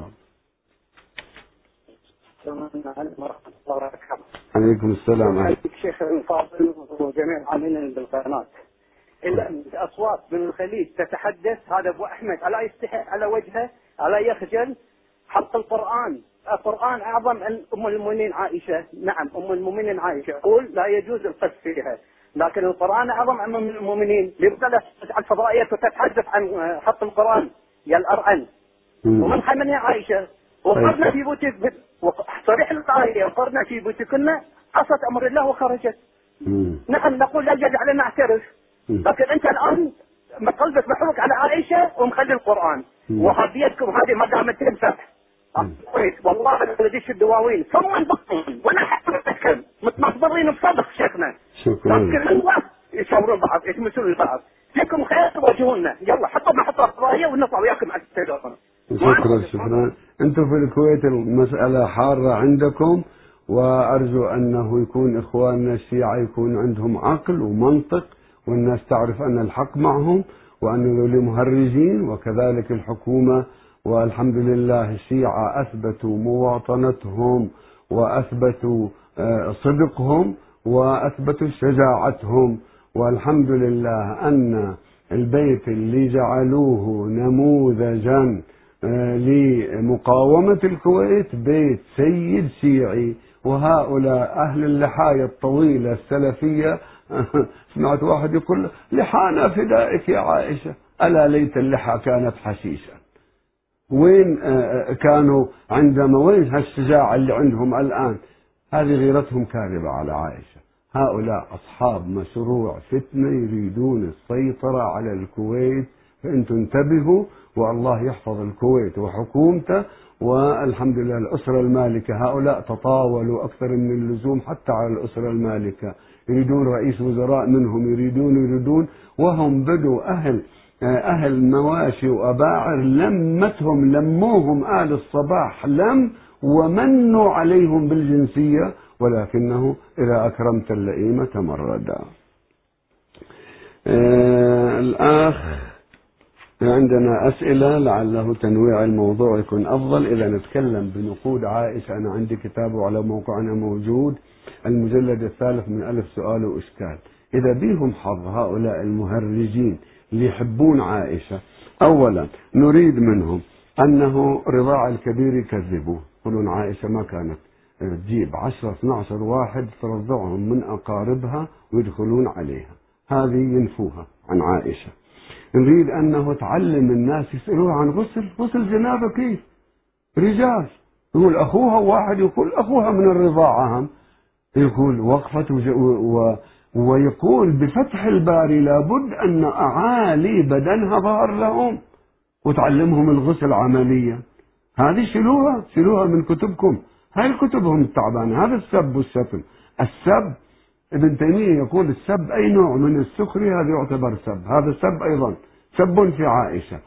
عليكم السلام. عليك شيخ الفاضل وجميع العاملين بالقناة. الأصوات من الخليج تتحدث، هذا أبو أحمد ألا يستحي على وجهه، ألا يخجل؟ حق القرآن أعظم أم المؤمنين عائشة. نعم أم المؤمنين عائشة يقول لا يجوز القذف فيها، لكن القرآن أعظم أم المؤمنين. ليبقى على الفضائيات وتتحدث عن حق القرآن يا الأرعن. ومن حمل يا عائشة وقرنا في بيوتك، صريح الآية: وقرنا في بيوتكن عصت أمر الله وخرجت. نحن نقول لا يجب علينا نعترف، لكن أنت الآن قلبك محروق على عائشة ومخلي القرآن، وهديتكم هذه ما دامت تنفع. والله الذي يشد دواوين ثم البطن ولا حتى نتكلم متنظرين بصدق شيخنا. شكرا. لكن الله يشاورون بعض يتمسون البعض. فيكم خير توجهونا، يلا حطوا قضايا ونطلع وياكم على التليفون. شكرا. انتم في الكويت المسألة حارة عندكم، وأرجو أنه يكون إخواننا الشيعة يكون عندهم عقل ومنطق، والناس تعرف أن الحق معهم وأن ذول مهرجين، وكذلك الحكومة. والحمد لله الشيعة أثبتوا مواطنتهم وأثبتوا صدقهم وأثبتوا شجاعتهم، والحمد لله أن البيت اللي جعلوه نموذجا لمقاومة الكويت بيت سيد شيعي. وهؤلاء أهل اللحاية الطويلة السلفية سمعت واحد يقول: لحانا فدائك يا عائشة. ألا ليت اللحى كانت حشيشا. وين كانوا عندما؟ وين هالشجاعة اللي عندهم الآن؟ هذه غيرتهم كاذبة على عائشة. هؤلاء أصحاب مشروع فتنة يريدون السيطرة على الكويت، فأنتم انتبهوا، والله يحفظ الكويت وحكومته. والحمد لله الأسرة المالكة هؤلاء تطاولوا أكثر من اللزوم حتى على الأسرة المالكة، يريدون رئيس وزراء منهم، يريدون وهم بدوا أهل مواشي وأباعر لموهم آل الصباح ومنوا عليهم بالجنسية، ولكنه إذا أكرمت اللئيم تمردا. الآخ عندنا أسئلة لعله تنويع الموضوع يكون أفضل. إذا نتكلم بنقود عائشة، أنا عندي كتابه على موقعنا موجود، المجلد 3 من 1000 سؤال وإشكال. إذا بيهم حظ هؤلاء المهرجين اللي يحبون عائشة، أولا نريد منهم أنه رضاع الكبير يكذبوه، يقولون عائشة ما كانت تجيب 10-12 واحد ترضعهم من أقاربها ويدخلون عليها، هذه ينفوها عن عائشة. نريد أنه تعلم الناس يسألوه عن غسل جنابة كيف؟ رجال يقول أخوها، واحد يقول أخوها من الرضاعة هم، يقول وقفة ويقول بفتح الباري لابد أن أعالي بدنها ظهر لهم وتعلمهم الغسل عمليا. هذه شيلوها من كتبكم، هاي كتبهم التعبانة. هذا السب والشتم. السب ابن تيمية يقول السب أي نوع من السخرية هذا يعتبر سب. هذا سب أيضا، سب في عائشة.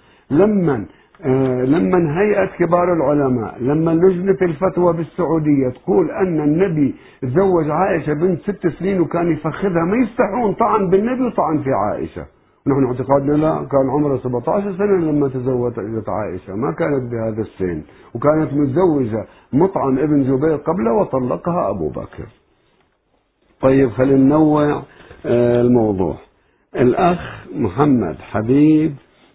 لما هيئة كبار العلماء، لما لجنة الفتوى بالسعودية تقول أن النبي تزوج عائشة بنت 6 سنين وكان يفخذها، ما يستحون، طعن بالنبي وطعن في عائشة. نحن اعتقادنا لا، كان عمره 17 سنة لما تزوجت عائشة، ما كانت بهذا السن، وكانت متزوجة مطعم ابن جبير قبله وطلقها أبو بكر. طيب خلينا ننوع الموضوع. الأخ محمد حبيب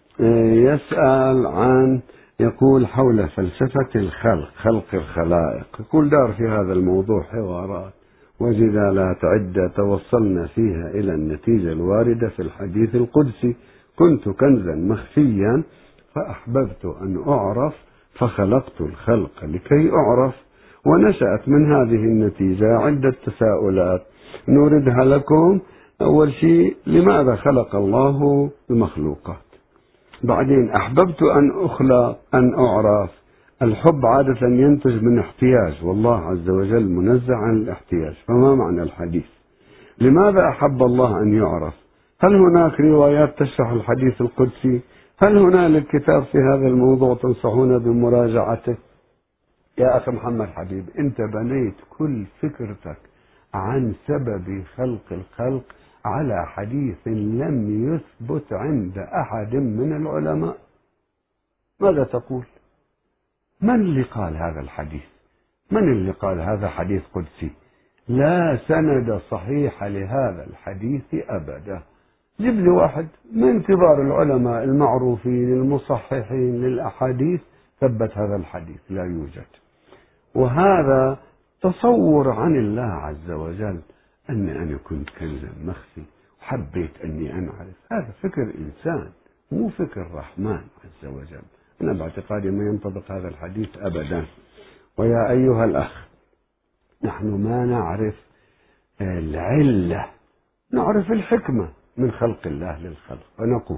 يسأل يقول حول فلسفة الخلق، خلق الخلائق. يقول دار في هذا الموضوع حوارات وجدالات عدة توصلنا فيها إلى النتيجة الواردة في الحديث القدسي: كنت كنزا مخفيا فأحببت أن أعرف فخلقت الخلق لكي أعرف. ونشأت من هذه النتيجة عدة تساؤلات نوردها لكم. أول شيء، لماذا خلق الله المخلوقات؟ بعدين، أحببت أن أخلق أن أعرف. الحب عادة ينتج من احتياج، والله عز وجل منزه عن الاحتياج، فما معنى الحديث؟ لماذا أحب الله أن يعرف؟ هل هناك روايات تشرح الحديث القدسي؟ هل هنالك كتاب في هذا الموضوع تنصحون بمراجعته؟ يا أخي محمد حبيب، أنت بنيت كل فكرتك عن سبب خلق الخلق على حديث لم يثبت عند أحد من العلماء. ماذا تقول؟ من اللي قال هذا الحديث؟ من اللي قال هذا حديث قدسي؟ لا سند صحيح لهذا الحديث أبدا. جيب لي واحد من كبار العلماء المعروفين المصححين للأحاديث ثبت هذا الحديث، لا يوجد. وهذا تصور عن الله عز وجل أني أنا كنت كنزا مخفي وحبيت أني أعرف. هذا فكر إنسان، مو فكر الرحمن عز وجل. أنا باعتقادي ما ينطبق هذا الحديث أبدا. ويا أيها الأخ، نحن ما نعرف العلة، نعرف الحكمة من خلق الله للخلق.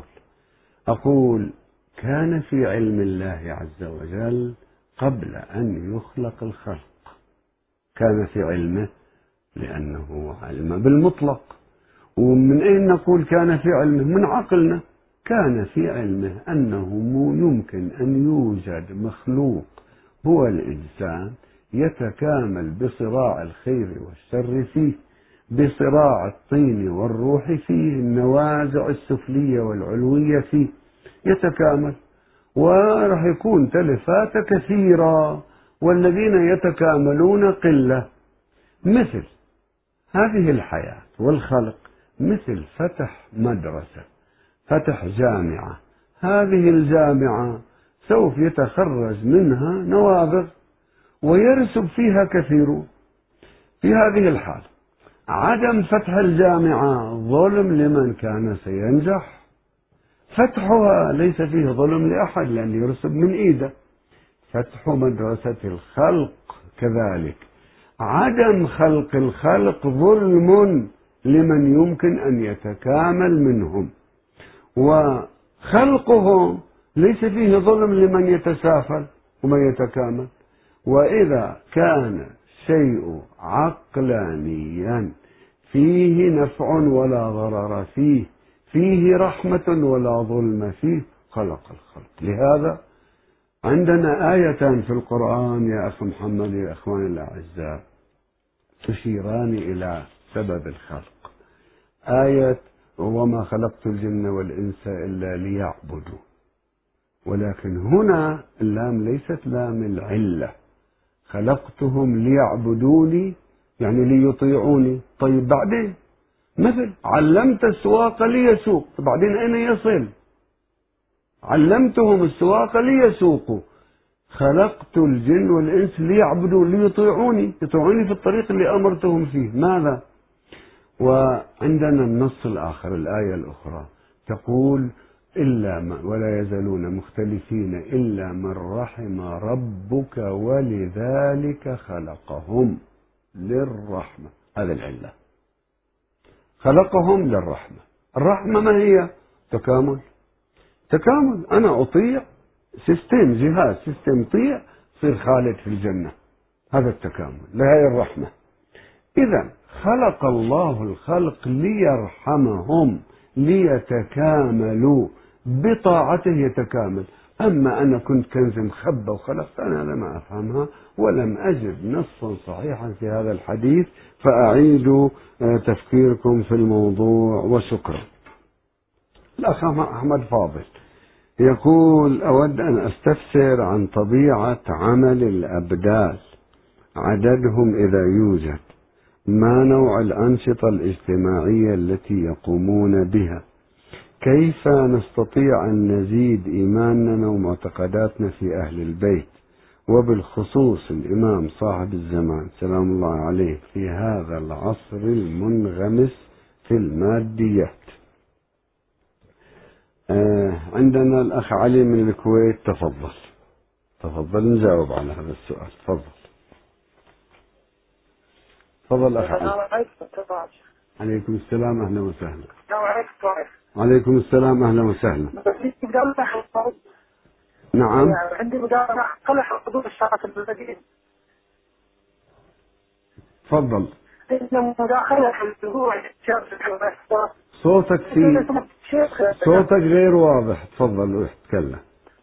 أقول كان في علم الله عز وجل قبل أن يخلق الخلق. كان في علمه لأنه علم بالمطلق. ومن أين نقول كان في علمه؟ من عقلنا. كان في علمه أنه يمكن أن يوجد مخلوق هو الإنسان يتكامل بصراع الخير والشر فيه، بصراع الطين والروح فيه، النوازع السفلية والعلوية فيه يتكامل، ورح يكون تلفات كثيرة، والذين يتكاملون قلة. مثل هذه الحياة والخلق، مثل فتح مدرسة، فتح جامعة. هذه الجامعة سوف يتخرج منها نوابغ ويرسب فيها كثيرون. في هذه الحال عدم فتح الجامعة ظلم لمن كان سينجح، فتحها ليس فيه ظلم لأحد لأن يرسب من إيده. فتح مدرسة الخلق كذلك، عدم خلق الخلق ظلم لمن يمكن أن يتكامل منهم، وخلقهم ليس فيه ظلم لمن يتسافل وما يتكامل. وإذا كان شيء عقلانيا فيه نفع ولا ضرر فيه رحمة ولا ظلم فيه، خلق الخلق. لهذا عندنا آيتان في القرآن يا أخي محمد يا أخواني الأعزاء تشيران إلى سبب الخلق. آية وما خلقت الجن والإنس إلا ليعبدوا، ولكن هنا اللام ليست لام العلة. خلقتهم ليعبدوني يعني ليطيعوني. طيب بعدين مثل علمت السواق ليسوق، بعدين أين يصل؟ علمتهم السواق ليسوقوا. خلقت الجن والإنس ليعبدوا ليطيعوني، يطيعوني في الطريق اللي أمرتهم فيه. ماذا؟ وعندنا النص الآخر، الآية الأخرى تقول ولا يزالون مختلفين إلا من رحم ربك ولذلك خلقهم للرحمة. هذا العلة، خلقهم للرحمة. الرحمة ما هي؟ تكامل. أنا أطيع جهاز سيستم طيع صير خالد في الجنة، هذا التكامل، لهي الرحمة. إذا خلق الله الخلق ليرحمهم ليتكاملوا، بطاعته يتكامل. أما أنا كنت كنز مخبى وخلقت، أنا لم أفهمها ولم أجد نصا صحيحا في هذا الحديث، فأعيدوا تفكيركم في الموضوع وشكرا. الأخ أحمد فاضل يقول: أود أن أستفسر عن طبيعة عمل الأبدال، عددهم إذا يوجد، ما نوع الأنشطة الاجتماعية التي يقومون بها، كيف نستطيع أن نزيد إيماننا ومعتقداتنا في أهل البيت، وبالخصوص الإمام صاحب الزمان سلام الله عليه في هذا العصر المنغمس في الماديات. عندنا الأخ علي من الكويت، تفضل نجاوب على هذا السؤال. تفضل أخ علي. عليكم السلام، أهلا وسهلا. عليكم السلام، أهلا وسهلا. نعم. عندي مداخلة قلح حضور الشرط البلدي. تفضل. مداخلة صوتك غير واضح، تفضل وتكلم.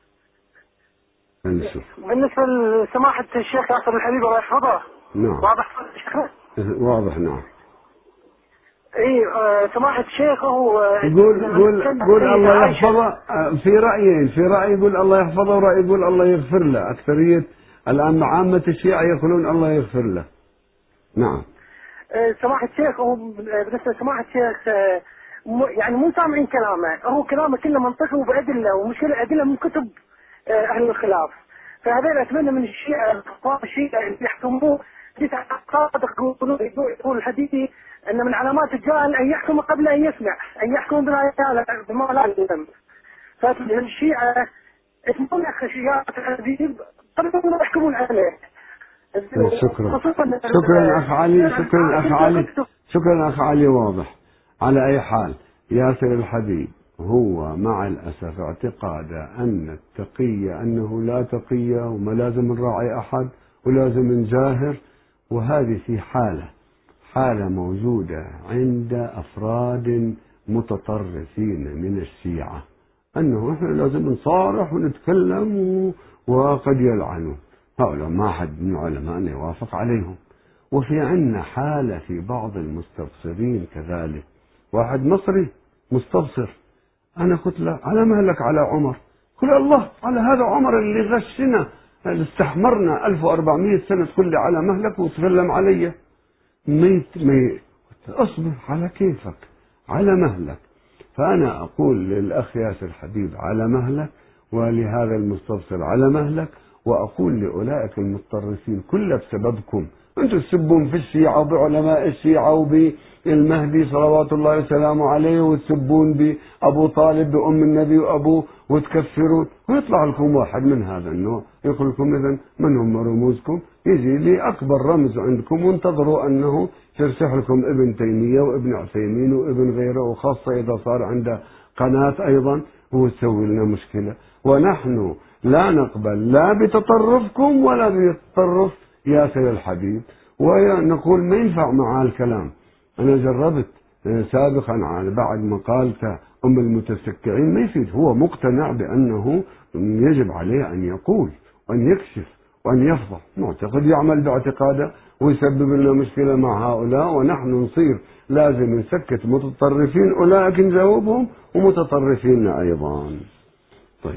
بالنسبة لسماحة الشيخ ياسر الحبيب الله يحفظه. نعم. واضح صوت الشيخ؟ واضح، نعم. اي سماحة الشيخ هو قول الله يحفظه. في رأي يقول الله يحفظه، ورأي يقول الله يغفر له. أكثرية الآن عامة الشيعة يقولون الله يغفر له. نعم. سماحة الشيخ هو بالنسبة لسماحة الشيخ يعني مو سامعين كلامه، هو كلامه كله منطقي وبأدلة، ومشكلة أدلة من كتب أهل الخلاف. فهذا أتمنى من الشيعة اللي يحكموه صادق، يقول الحديث أن من علامات الجاهل أن يحكم قبل أن يسمع، أن يحكم بما لا يعلم. فالشيعة يسمون خشيات الحديث قبل ما يحكمون عليه. شكرا أخ علي. شكرا أخ علي، واضح. على أي حال، ياسر الحبيب هو مع الأسف اعتقاد أن التقية أنه لا تقية وما لازم نراعي أحد ولازم نجاهر، وهذه في حالة موجودة عند أفراد متطرفين من الشيعة، أنه إحنا لازم نصارح ونتكلم وقد يلعنوا. هؤلاء ما حد من علماءنا يوافق عليهم. وفي عندنا حالة في بعض المستبصرين كذلك، واحد مصري مستبصر، أنا قلت له على مهلك على عمر، قل الله على هذا عمر اللي غشنا اللي استحمرنا 1400 سنة، تقول لي على مهلك وتكلم علي. اصبر على كيفك، على مهلك. فأنا أقول للأخ ياسر الحبيب على مهلك، ولهذا المستبصر على مهلك، وأقول لأولئك المتطرفين كل بسببكم، أنتم تسبون في الشيعة وبعلماء الشيعة وبالمهدي صلوات الله وسلامه عليه، وتسبون بأبو طالب بأم النبي وأبوه وتكفرون، ويطلع لكم واحد من هذا النوع يقول لكم إذن من هم رموزكم، يجي لي أكبر رمز عندكم وانتظروا أنه يرشح لكم ابن تيمية وابن عثيمين وابن غيره، وخاصة إذا صار عنده قناة أيضا، هو يسوي لنا مشكلة. ونحن لا نقبل لا بتطرفكم ولا بتطرف ياسر الحبيب، ونقول ما ينفع معاه الكلام. أنا جربت سابقا على بعد مقالته أم المتسكعين، ما يفيد، هو مقتنع بأنه يجب عليه أن يقول وأن يكشف وأن يفضح، معتقد يعمل باعتقاده ويسبب لنا مشكلة مع هؤلاء، ونحن نصير لازم نسكت متطرفين، أولئك نجاوبهم ومتطرفين أيضا. طيب،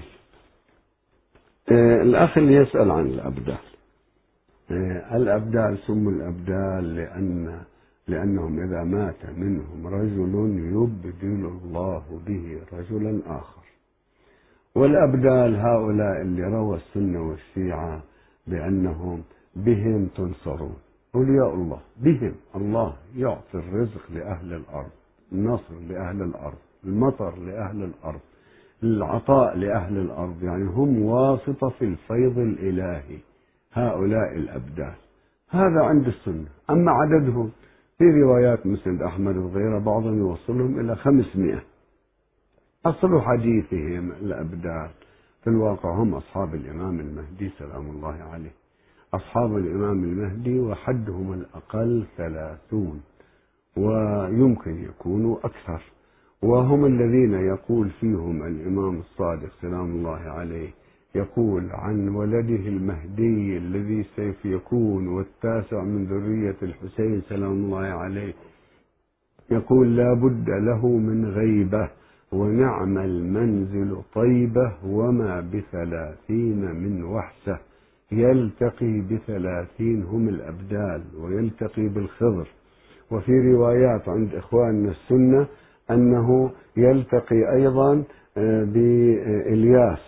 الأخ اللي يسأل عن الأبدال، الأبدال سموا الأبدال لأنهم إذا مات منهم رجل يبدل الله به رجلا آخر. والأبدال هؤلاء اللي روى السنة والشيعة بأنهم بهم تنصرون، أولياء الله بهم الله يعطي الرزق لأهل الأرض، النصر لأهل الأرض، المطر لأهل الأرض، العطاء لأهل الأرض، يعني هم واسطة في الفيض الإلهي هؤلاء الأبدال. هذا عند السنة. أما عددهم في روايات مسند أحمد وغيره بعضهم يوصلهم إلى 500. أصل حديثهم الأبدال في الواقع هم أصحاب الإمام المهدي سلام الله عليه، أصحاب الإمام المهدي، وحدهم الأقل 30 ويمكن يكونوا أكثر، وهم الذين يقول فيهم الإمام الصادق سلام الله عليه، يقول عن ولده المهدي الذي سيف يكون والتاسع من ذرية الحسين سلام الله عليه، يقول لا بد له من غيبة ونعم المنزل طيبة وما ب30 من وحسة، يلتقي ب30 هم الأبدال ويلتقي بالخضر. وفي روايات عند إخواننا السنة أنه يلتقي أيضا بإلياس،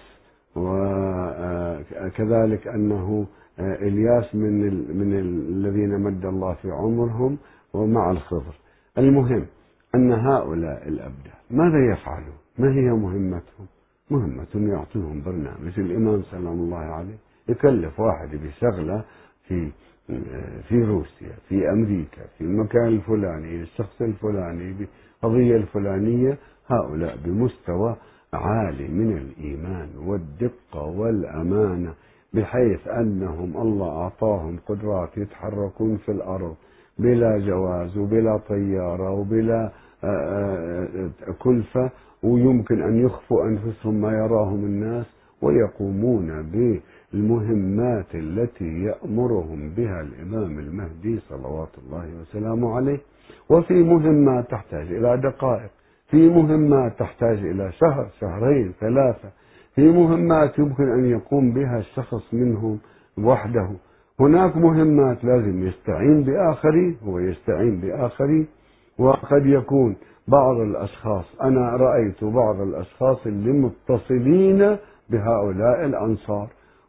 وكذلك أنه إلياس من الذين مد الله في عمرهم ومع الخضر. المهم أن هؤلاء الأبدال ماذا يفعلون؟ ما هي مهمتهم؟ مهمتهم يعطيهم برنامج. الإمام سلام الله عليه يكلف واحد بشغلة في روسيا، في أمريكا، في المكان الفلاني، الشخص الفلاني، بالقضية الفلانية، هؤلاء بمستوى عالي من الإيمان والدقة والأمانة، بحيث أنهم الله أعطاهم قدرات يتحركون في الأرض بلا جواز وبلا طيارة وبلا كلفة، ويمكن أن يخفوا أنفسهم ما يراهم الناس، ويقومون بالمهمات التي يأمرهم بها الإمام المهدي صلوات الله وسلامه عليه. وفي مهمات تحتاج إلى دقائق، في مهمات تحتاج إلى شهر، شهرين، 3، في مهمات يمكن أن يقوم بها الشخص منهم وحده، هناك مهمات لازم يستعين بآخرين، هو يستعين بآخرين. وقد يكون بعض الأشخاص، أنا رأيت بعض الأشخاص اللي متصلين بهؤلاء الأنصار،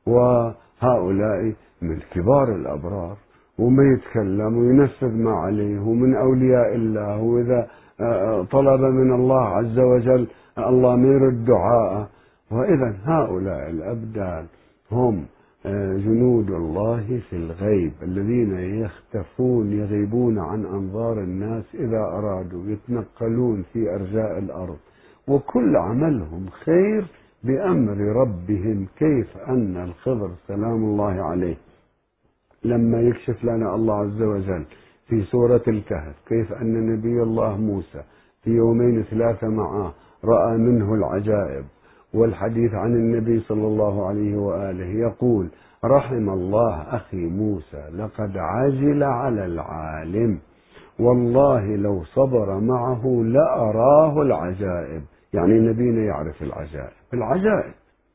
وهؤلاء من كبار الأبرار، وما يتكلم وينفذ ما عليه، ومن أولياء الله، وإذا طلب من الله عز وجل الله ما يرد دعاءه. وإذا هؤلاء الأبدال هم جنود الله في الغيب الذين يختفون، يغيبون عن أنظار الناس إذا أرادوا، يتنقلون في أرجاء الأرض، وكل عملهم خير بأمر ربهم. كيف أن الخضر سلام الله عليه لما يكشف لنا الله عز وجل في سورة الكهف كيف أن نبي الله موسى في 2 3 معه رأى منه العجائب، والحديث عن النبي صلى الله عليه وآله يقول رحم الله أخي موسى لقد عجل على العالم والله لو صبر معه لأراه العجائب، يعني نبينا يعرف العجائب.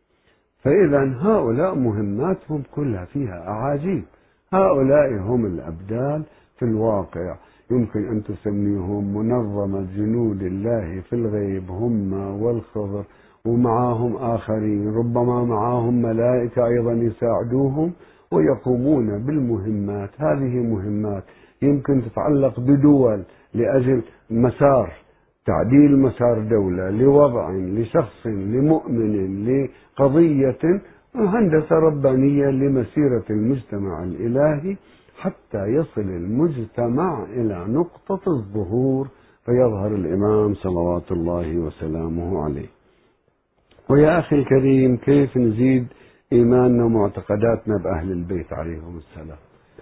فإذا هؤلاء مهماتهم كلها فيها أعاجيب. هؤلاء هم الأبدال في الواقع، يمكن أن تسميهم منظمة جنود الله في الغيب، هم والخضر، ومعهم آخرين، ربما معهم ملائكة أيضا يساعدوهم ويقومون بالمهمات. هذه مهمات يمكن تتعلق بدول لأجل مسار، تعديل مسار دولة، لوضع، لشخص، لمؤمن، لقضية، هندسة ربانية لمسيرة المجتمع الإلهي حتى يصل المجتمع إلى نقطة الظهور فيظهر الإمام صلوات الله وسلامه عليه. ويا أخي الكريم، كيف نزيد إيماننا ومعتقداتنا بأهل البيت عليهم السلام؟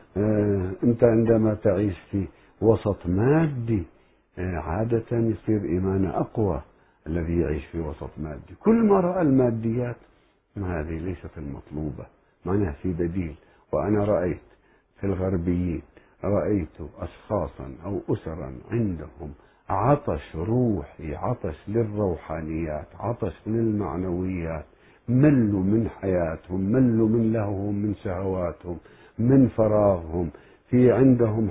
أنت عندما تعيش في وسط مادي عادة يصير إيمانه أقوى الذي يعيش في وسط مادي. كل ما رأى الماديات هذه ليست المطلوبة، معناها في بديل. وأنا رأيت في الغربيين، رأيت أشخاصا أو أسرا عندهم عطش روحي، عطش للروحانيات، عطش للمعنويات، ملوا من حياتهم، ملوا من لهوهم، من شهواتهم، من فراغهم، في عندهم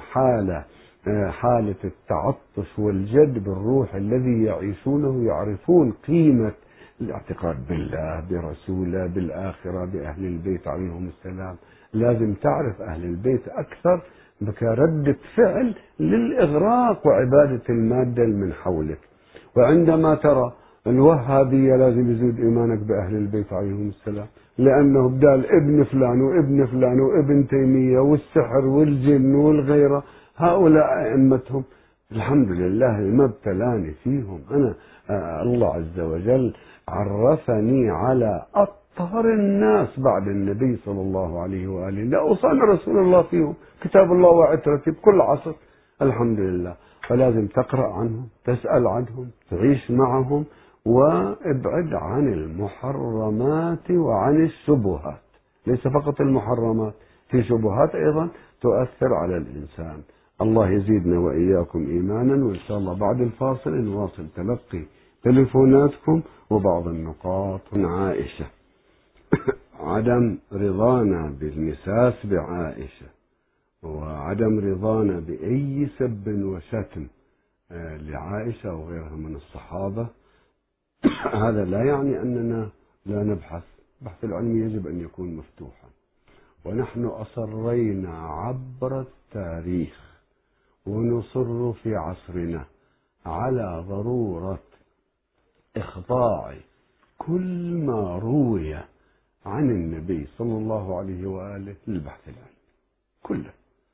حالة التعطش والجذب الروح الذي يعيشونه، يعرفون قيمة الاعتقاد بالله، برسوله، بالآخرة، بأهل البيت عليهم السلام. لازم تعرف أهل البيت أكثر كردة فعل للإغراق وعبادة المادة من حولك. وعندما ترى الوهابية لازم يزيد إيمانك بأهل البيت عليهم السلام، لأنه بدال ابن فلان وابن فلان وابن تيمية والسحر والجن والغيرة، هؤلاء أئمتهم الحمد لله ما ابتلاني فيهم. أنا الله عز وجل عرفني على أطهر الناس بعد النبي صلى الله عليه وآله، لا أوصاني رسول الله فيهم، كتاب الله وعترتي بكل عصر الحمد لله. فلازم تقرأ عنهم، تسأل عنهم، تعيش معهم، وابعد عن المحرمات وعن الشبهات. ليس فقط المحرمات، في شبهات أيضا تؤثر على الإنسان. الله يزيدنا وإياكم إيمانا. وإن شاء الله بعد الفاصل نواصل تلقي تليفوناتكم وبعض النقاط. من عائشة عدم رضانا بالمساس بعائشة، وعدم رضانا بأي سب وشتم لعائشة أو غيرها من الصحابة، هذا لا يعني أننا لا نبحث. البحث العلمي يجب أن يكون مفتوحا، ونحن أصرينا عبر التاريخ ونصر في عصرنا على ضرورة إخضاع كل ما روي عن النبي صلى الله عليه وآله للبحث العلمي كله.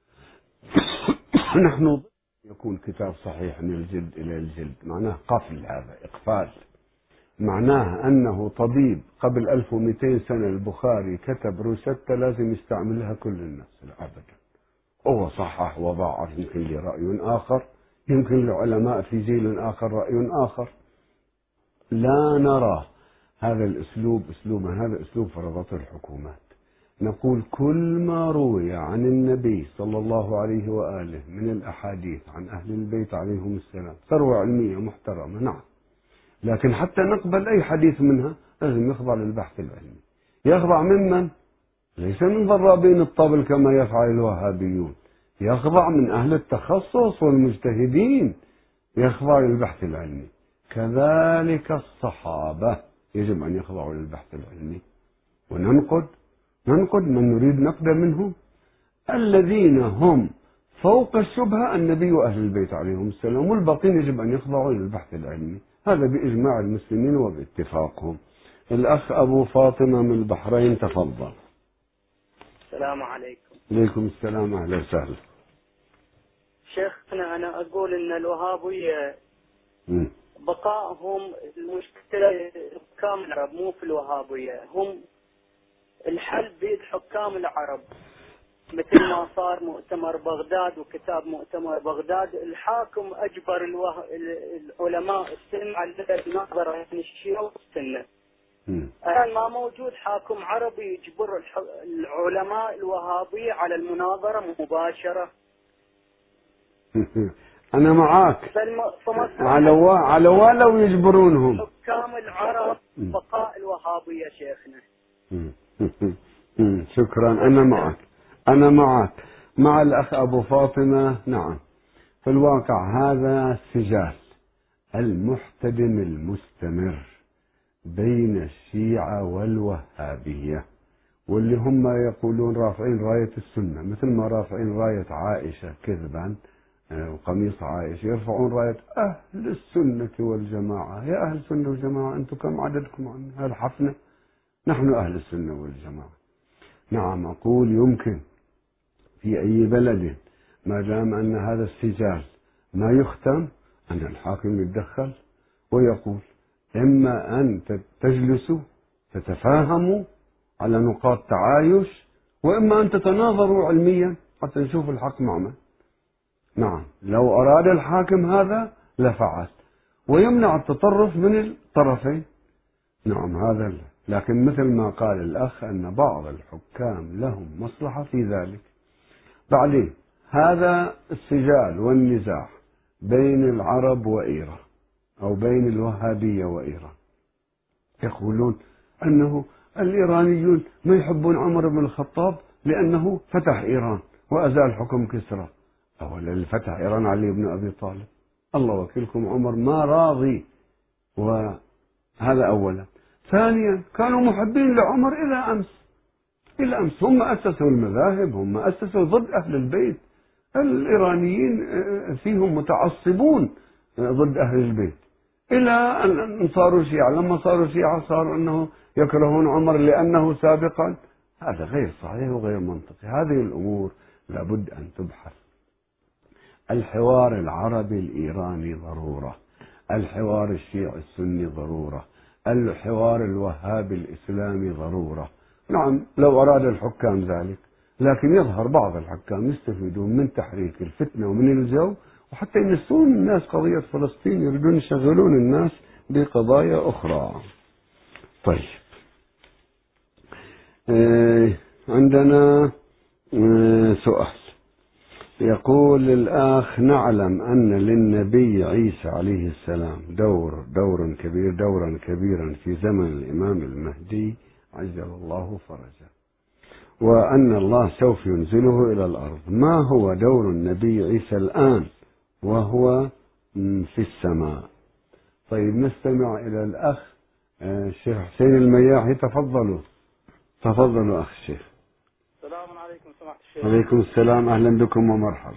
نحن يكون كتاب صحيح من الجلد إلى الجلد، معناه قفل، هذا إقفال، معناه أنه طبيب قبل 1200 سنة البخاري كتب روشتة لازم يستعملها كل الناس. أبدا، هو صحح وضعف، يمكن لي رأي آخر، يمكن لعلماء في جيل آخر رأي آخر. لا نرى هذا الأسلوب أسلوبا، هذا أسلوب فرضته الحكومات. نقول كل ما روي عن النبي صلى الله عليه وآله من الأحاديث عن أهل البيت عليهم السلام ثروة علمية محترمة، نعم، لكن حتى نقبل أي حديث منها لازم يخضع للبحث العلمي. يخضع ممن؟ ليس من ضرابين الطبل كما يفعل الوهابيون، يخضع من أهل التخصص والمجتهدين، يخضع للبحث العلمي. كذلك الصحابة يجب أن يخضعوا للبحث العلمي، وننقد من نريد نقد منهم، الذين هم فوق الشبهة النبي وأهل البيت عليهم السلام، والباقين يجب أن يخضعوا للبحث العلمي. هذا بإجماع المسلمين وباتفاقهم. الأخ أبو فاطمة من البحرين، تفضل. السلام عليكم. عليكم السلام، أهلا وسهلا. شيخنا أنا أقول إن الوهابية بقائهم المشكلة حكام العرب، مو في الوهابية، هم الحل بيد حكام العرب. مثل ما صار مؤتمر بغداد وكتاب مؤتمر بغداد، الحاكم أجبر العلماء السنة على النظر عن الشيعة والسنة. الآن ما موجود حاكم عربي يجبر العلماء الوهابية على المناظرة مباشرة. أنا معاك على ولو يجبرونهم حكام العرب بقاء الوهابية شيخنا. شكرا، أنا معك مع الأخ أبو فاطمة. نعم، في الواقع هذا سجال المحتدم المستمر بين الشيعة والوهابية، واللي هم يقولون رافعين راية السنة، مثل ما رافعين راية عائشة كذبا وقميص عائشة، يرفعون راية أهل السنة والجماعة. يا أهل السنة والجماعة أنتم كم عددكم عن هالحفنة؟ نحن أهل السنة والجماعة. نعم، أقول يمكن في أي بلد ما دام أن هذا السجال ما يختم أن الحاكم يتدخل ويقول إما أن تجلسوا تتفاهموا على نقاط تعايش، وإما أن تتناظروا علميا حتى نشوف الحق مع من. نعم، لو أراد الحاكم هذا لفعل، ويمنع التطرف من الطرفين. نعم، هذا لكن مثل ما قال الأخ أن بعض الحكام لهم مصلحة في ذلك. بعدين هذا السجال والنزاع بين العرب وإيران أو بين الوهابية وإيران، يقولون أنه الإيرانيون ما يحبون عمر بن الخطاب لأنه فتح إيران وأزال حكم كسرى. أولا اللي فتح إيران علي بن أبي طالب، الله وكيلكم عمر ما راضي، وهذا أولا. ثانيا كانوا محبين لعمر إلى أمس، هم أسسوا المذاهب، هم أسسوا ضد أهل البيت. الإيرانيين فيهم متعصبون ضد أهل البيت، إلى أن صاروا شيعة. لما صاروا شيعة صار أنه يكرهون عمر لأنه سابقا. هذا غير صحيح وغير منطقي. هذه الأمور لابد أن تبحث. الحوار العربي الإيراني ضرورة، الحوار الشيعي السني ضرورة، الحوار الوهابي الإسلامي ضرورة. نعم لو أراد الحكام ذلك، لكن يظهر بعض الحكام يستفيدون من تحريك الفتنة ومن الجو، وحتى ينسون الناس قضية فلسطين، يريدون يشغلون الناس بقضايا أخرى. طيب، عندنا سؤال يقول الأخ: نعلم أن للنبي عيسى عليه السلام دورا كبيرا في زمن الإمام المهدي عجل الله فرجه، وأن الله سوف ينزله إلى الأرض. ما هو دور النبي عيسى الآن وهو في السماء؟ طيب، نستمع إلى الأخ الشيخ حسين المياحي. تفضلوا أخ الشيخ. السلام عليكم سماحة الشيخ. عليكم السلام، أهلا بكم ومرحبا.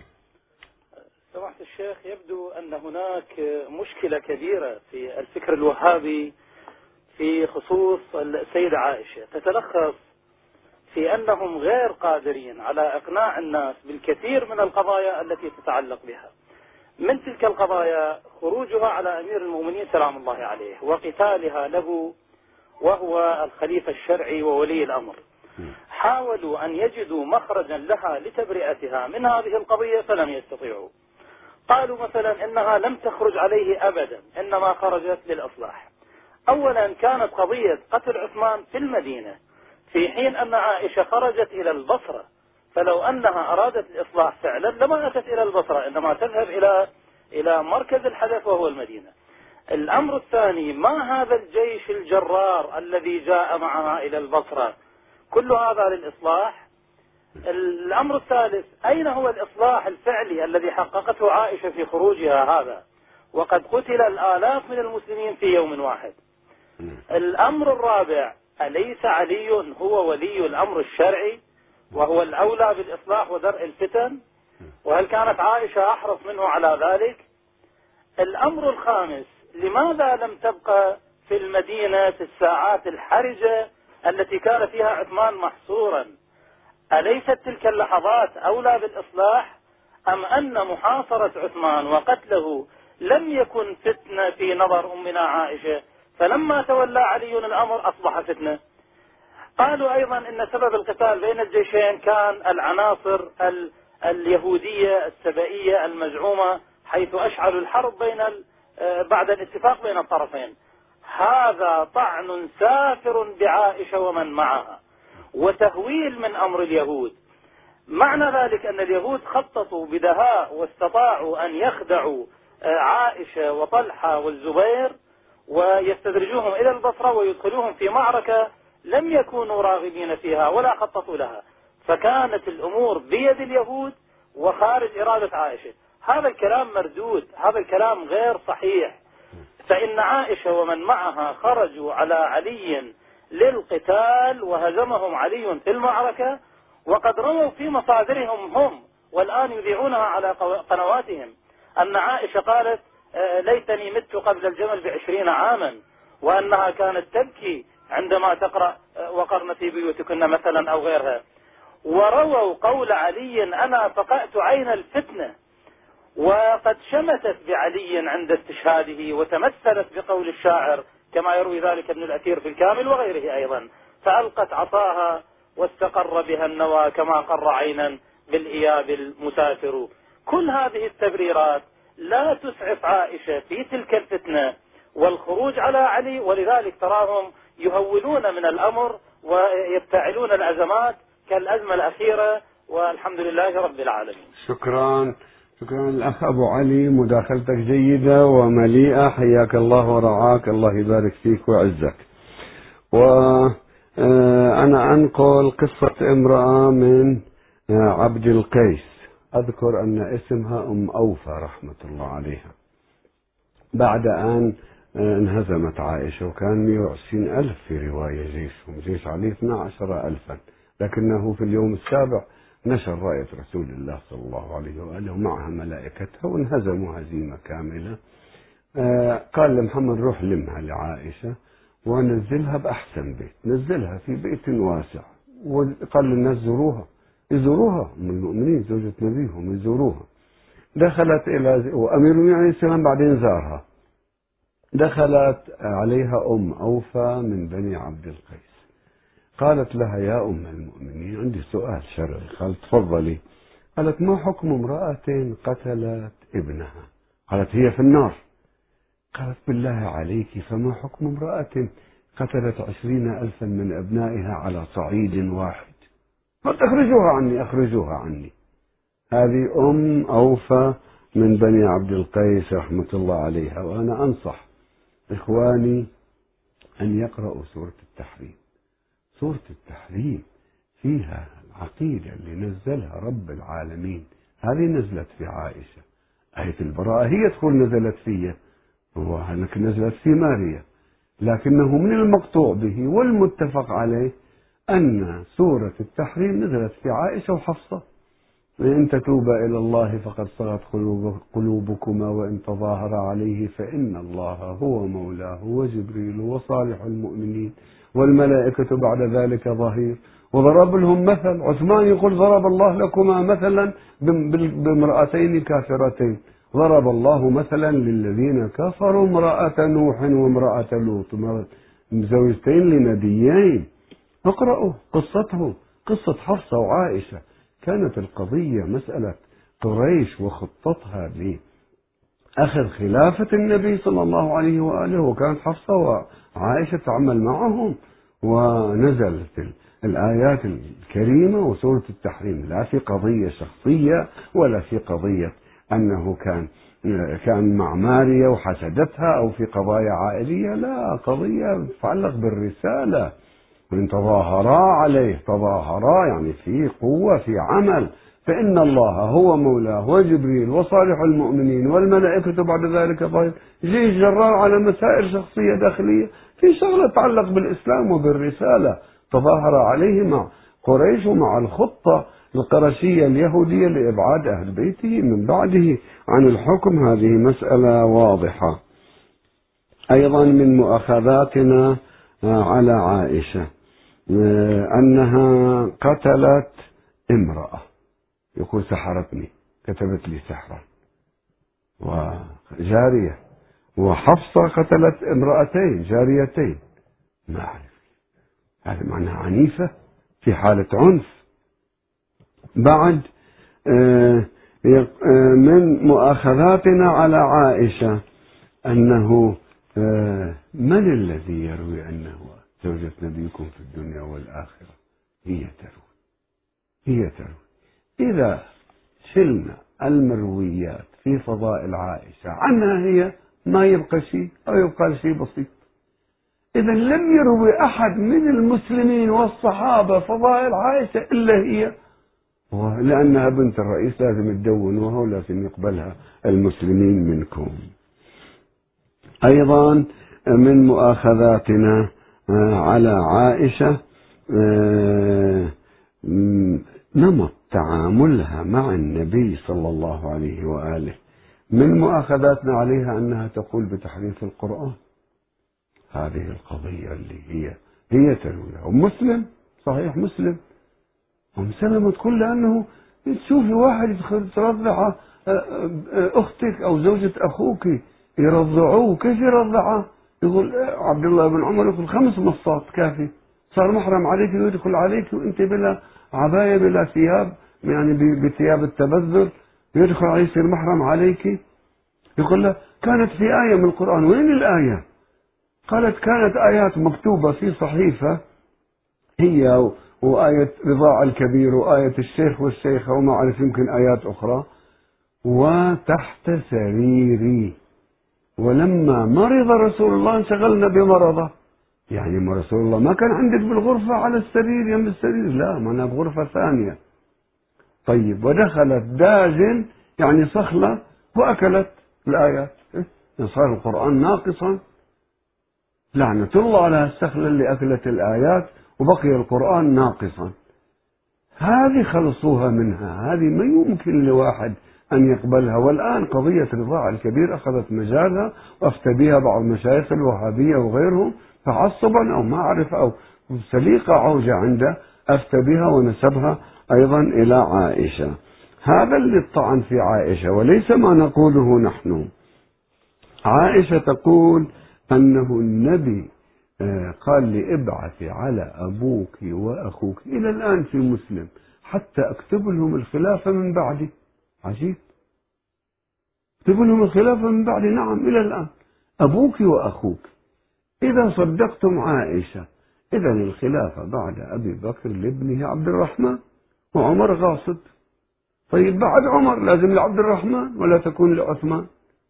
سماحة الشيخ، يبدو أن هناك مشكلة كبيرة في الفكر الوهابي في خصوص السيدة عائشة، تتلخص في أنهم غير قادرين على إقناع الناس بالكثير من القضايا التي تتعلق بها. من تلك القضايا خروجها على أمير المؤمنين سلام الله عليه وقتالها له وهو الخليفة الشرعي وولي الأمر. حاولوا أن يجدوا مخرجا لها لتبرئتها من هذه القضية فلم يستطيعوا. قالوا مثلا إنها لم تخرج عليه أبدا، إنما خرجت للإصلاح. أولا كانت قضية قتل عثمان في المدينة، في حين أن عائشة خرجت إلى البصرة، فلو أنها أرادت الإصلاح فعلا لما أتت إلى البصرة، إنما تذهب إلى مركز الحدث وهو المدينة. الأمر الثاني، ما هذا الجيش الجرار الذي جاء معها إلى البصرة؟ كل هذا للإصلاح. الأمر الثالث، أين هو الإصلاح الفعلي الذي حققته عائشة في خروجها هذا، وقد قتل الآلاف من المسلمين في يوم واحد؟ الأمر الرابع، أليس علي هو ولي الأمر الشرعي وهو الأولى بالإصلاح ودرء الفتن؟ وهل كانت عائشة أحرص منه على ذلك؟ الأمر الخامس، لماذا لم تبقى في المدينة في الساعات الحرجة التي كان فيها عثمان محصورا؟ أليست تلك اللحظات أولى بالإصلاح؟ أم أن محاصرة عثمان وقتله لم يكن فتنة في نظر أمنا عائشة، فلما تولى علي الأمر أصبح فتنة؟ قالوا أيضا إن سبب القتال بين الجيشين كان العناصر اليهودية السبائية المزعومة، حيث أشعلوا الحرب بعد الاتفاق بين الطرفين. هذا طعن سافر بعائشة ومن معها، وتهويل من أمر اليهود. معنى ذلك أن اليهود خططوا بدهاء واستطاعوا أن يخدعوا عائشة وطلحة والزبير ويستدرجوهم إلى البصرة ويدخلوهم في معركة لم يكونوا راغبين فيها ولا خططوا لها، فكانت الأمور بيد اليهود وخارج إرادة عائشة. هذا الكلام مردود، هذا الكلام غير صحيح. فإن عائشة ومن معها خرجوا على علي للقتال وهزمهم علي في المعركة، وقد رووا في مصادرهم هم والآن يذيعونها على قنواتهم أن عائشة قالت ليتني مت قبل الجمل ب20 عاما، وأنها كانت تبكي عندما تقرأ وقرن في بيوتكن مثلا أو غيرها. ورووا قول علي أنا فقأت عين الفتنة، وقد شمتت بعلي عند استشهاده وتمثلت بقول الشاعر كما يروي ذلك ابن الأثير في الكامل وغيره أيضا، فألقت عصاها واستقر بها النوى كما قر عينا بالإياب المسافر. كل هذه التبريرات لا تسعف عائشة في تلك الفتنة والخروج على علي، ولذلك تراهم يهولون من الأمر ويفتعلون الأزمات كالأزمة الأخيرة، والحمد لله رب العالمين. شكرا الأخ أبو علي، مداخلتك جيدة ومليئة، حياك الله ورعاك، الله يبارك فيك ويعزك. وأنا أنقل قصة امرأة من عبد القيس، أذكر أن اسمها أم أوفى رحمة الله عليها، بعد أن انهزمت عائشة، وكان 120,000 في رواية جيشهم، جيش علي 12,000، لكنه في اليوم السابع نشر راية رسول الله صلى الله عليه وآله ومعها ملائكتها وانهزموا هزيمة كاملة. قال لمحمد روح لمها لعائشة ونزلها بأحسن بيت، نزلها في بيت واسع، وقال للناس يزوروها من المؤمنين زوجة نبيهم يزوروها. دخلت إلى وأمير المؤمنين عليه السلام بعدين زارها. دخلت عليها أم أوفى من بني عبد القيس، قالت لها يا أم المؤمنين عندي سؤال شرعي. قالت تفضلي. قالت ما حكم امرأة قتلت ابنها؟ قالت هي في النار. قالت بالله عليك فما حكم امرأة قتلت 20,000 من أبنائها على صعيد واحد؟ قالت أخرجوها عني. هذه أم أوفى من بني عبد القيس رحمة الله عليها. وأنا أنصح إخواني أن يقرأوا سورة التحريم. سورة التحريم فيها العقيدة اللي نزلها رب العالمين. هذه نزلت في عائشة. آية البراءة هي تقول نزلت فيها، لكن نزلت في ماريا، لكنه من المقطوع به والمتفق عليه أن سورة التحريم نزلت في عائشة وحفصة. إن تتوبا إلى الله فقد صغت قلوبكما وإن تظاهر عليه فإن الله هو مولاه وجبريل وصالح المؤمنين والملائكة بعد ذلك ظهير. وضرب لهم مثل، عثمان يقول ضرب الله لكما مثلا بامرأتين كافرتين. ضرب الله مثلا للذين كفروا امرأة نوح وامرأة لوط، زوجتين لنبيين. اقرأوا قصتهم، قصة حفصة وعائشة. كانت القضية مسألة قريش وخطتها لأخذ خلافة النبي صلى الله عليه وآله، وكانت حفصة وعائشة تعمل معهم، ونزلت الآيات الكريمة وسورة التحريم، لا في قضية شخصية ولا في قضية أنه كان مع ماريا وحسدتها أو في قضايا عائلية، لا، قضية تتعلق بالرسالة. وإن تظاهرا يعني في قوة في عمل، فإن الله هو مولاه وجبريل وصالح المؤمنين والملائكة بعد ذلك ظهير. يجي جرار على مسائل شخصية داخلية، في شغلة تتعلق بالإسلام وبالرسالة تظاهر عليه مع قريش ومع الخطة القرشية اليهودية لإبعاد أهل بيته من بعده عن الحكم. هذه مسألة واضحة. أيضا من مؤاخذاتنا على عائشة أنها قتلت امرأة، يقول سحرتني، كتبت لي سحرا، وجارية. وحفصة قتلت امرأتين جاريتين، ما أعرف، هذا معناها عنيفة في حالة عنف. بعد من مؤاخذاتنا على عائشة أنه من الذي يروي أنه زوجة نبيكم في الدنيا والآخرة؟ هي تروي. إذا شلنا المرويات في فضائل عائشة عنها هي ما يبقى شيء أو يبقى شيء بسيط. إذا لم يروي أحد من المسلمين والصحابة فضائل عائشة إلا هي، لأنها بنت الرئيس لازم تدون، وهو لازم يقبلها المسلمين منكم. أيضا من مؤاخذاتنا على عائشة نمط تعاملها مع النبي صلى الله عليه وآله. من مؤاخذاتنا عليها أنها تقول بتحريف القرآن. هذه القضية اللي هي ترويها. ومسلم صحيح مسلم ومسلمة تقول لأنه تشوفي واحد يدخل ترضع أختك أو زوجة أخوك يرضعوه، كيف يرضعه؟ يقول عبد الله بن عمر يقول 5 مصات كافي، صار محرم عليك ويدخل عليك وانت بلا عباية بلا ثياب، يعني بثياب التبذل، يدخل عليك يصير محرم عليك. يقول له كانت في آية من القرآن. وين الآية؟ قالت كانت آيات مكتوبة في صحيفة، هي وآية رضاع الكبير وآية الشيخ والشيخة وما أعرف يمكن آيات أخرى، وتحت سريري، ولما مرض رسول الله انشغلنا بمرضه. يعني ما رسول الله ما كان عندك بالغرفة على السرير يم السرير، لا، ما أنا بغرفة ثانية. طيب ودخلت داجن يعني صخلة وأكلت الآيات، صار القرآن ناقصا. لعنة الله على السخلة اللي أكلت الآيات وبقي القرآن ناقصا. هذه خلصوها منها، هذه ما يمكن لواحد أن يقبلها. والآن قضية الرضاعة الكبير أخذت مجالها، وأفتى بها بعض مشايخ الوهابية وغيرهم تعصبا أو ما أعرف أو سليقة عوجة عنده، أفتى بها ونسبها أيضا إلى عائشة. هذا اللي الطعن في عائشة وليس ما نقوله نحن. عائشة تقول أنه النبي قال لي ابعثي على أبوك وأخوك، إلى الآن في مسلم، حتى أكتب لهم الخلافة من بعدي. عجيب، اكتب لهم الخلافة من بعدي، نعم إلى الآن، أبوك وأخوك. إذا صدقتم عائشة إذا الخلافة بعد أبي بكر لابنه عبد الرحمن، وعمر غاصب. طيب بعد عمر لازم لعبد الرحمن ولا تكون لعثمان.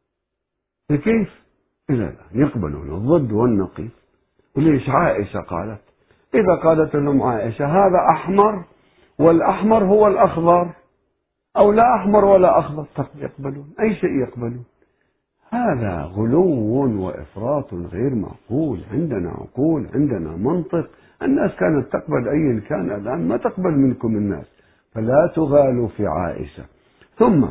كيف؟ إلى الآن يقبلون الضد والنقيض. وليش عائشة قالت؟ إذا قالت لهم عائشة هذا أحمر والأحمر هو الأخضر، أو لا أحمر ولا أخضر، يقبلون أي شيء يقبلون. هذا غلو وإفراط غير معقول. عندنا عقول، عندنا منطق. الناس كانت تقبل أيا كان، الآن ما تقبل منكم الناس، فلا تغالوا في عائشة. ثم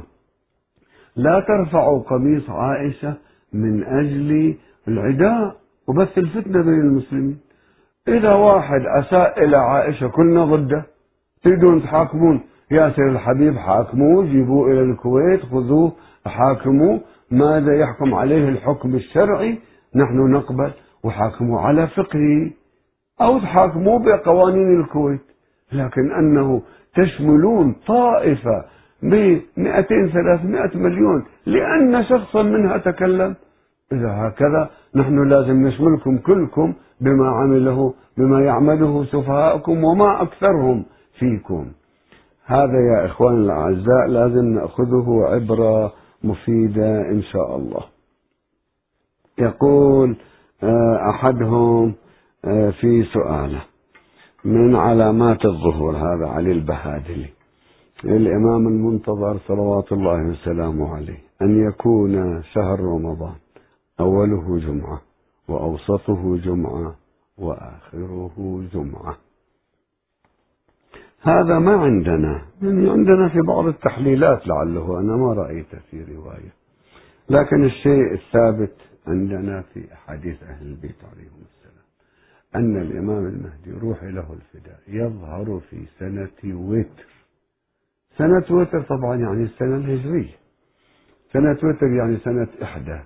لا ترفعوا قميص عائشة من أجل العداء وبث الفتنة بين المسلمين. إذا واحد أساء إلى عائشة كلنا ضده، تريدون تحاكمون ياسر الحبيب، حاكموه، جيبوه إلى الكويت، خذوه حاكموه، ماذا يحكم عليه الحكم الشرعي نحن نقبل، وحاكموه على فقهه، أو تحاكموه بقوانين الكويت. لكن أنه تشملون طائفة ب200-300 مليون لأن شخصا منها تكلم، إذا هكذا نحن لازم نشملكم كلكم بما يعمله سفهاءكم وما أكثرهم فيكم. هذا يا إخوان الأعزاء لازم نأخذه عبرة مفيدة إن شاء الله. يقول أحدهم في سؤاله: من علامات الظهور، هذا علي البهادلي، الإمام المنتظر صلوات الله وسلامه عليه، أن يكون شهر رمضان أوله جمعة وأوسطه جمعة وآخره جمعة. هذا ما عندنا، يعني عندنا في بعض التحليلات لعله، أنا ما رأيت في رواية، لكن الشيء الثابت عندنا في أحاديث أهل البيت عليهم السلام أن الإمام المهدي روح له الفداء يظهر في سنة وتر. سنة وتر طبعا يعني السنة الهجرية، سنة وتر يعني سنة 1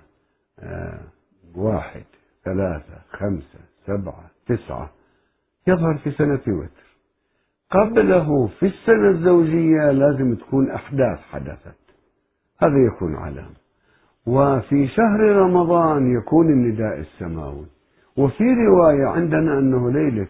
1 3 5 7 9 يظهر في سنة وتر. قبله في السنة الزوجية لازم تكون أحداث حدثت، هذا يكون علامة. وفي شهر رمضان يكون النداء السماوي. وفي رواية عندنا أنه ليلة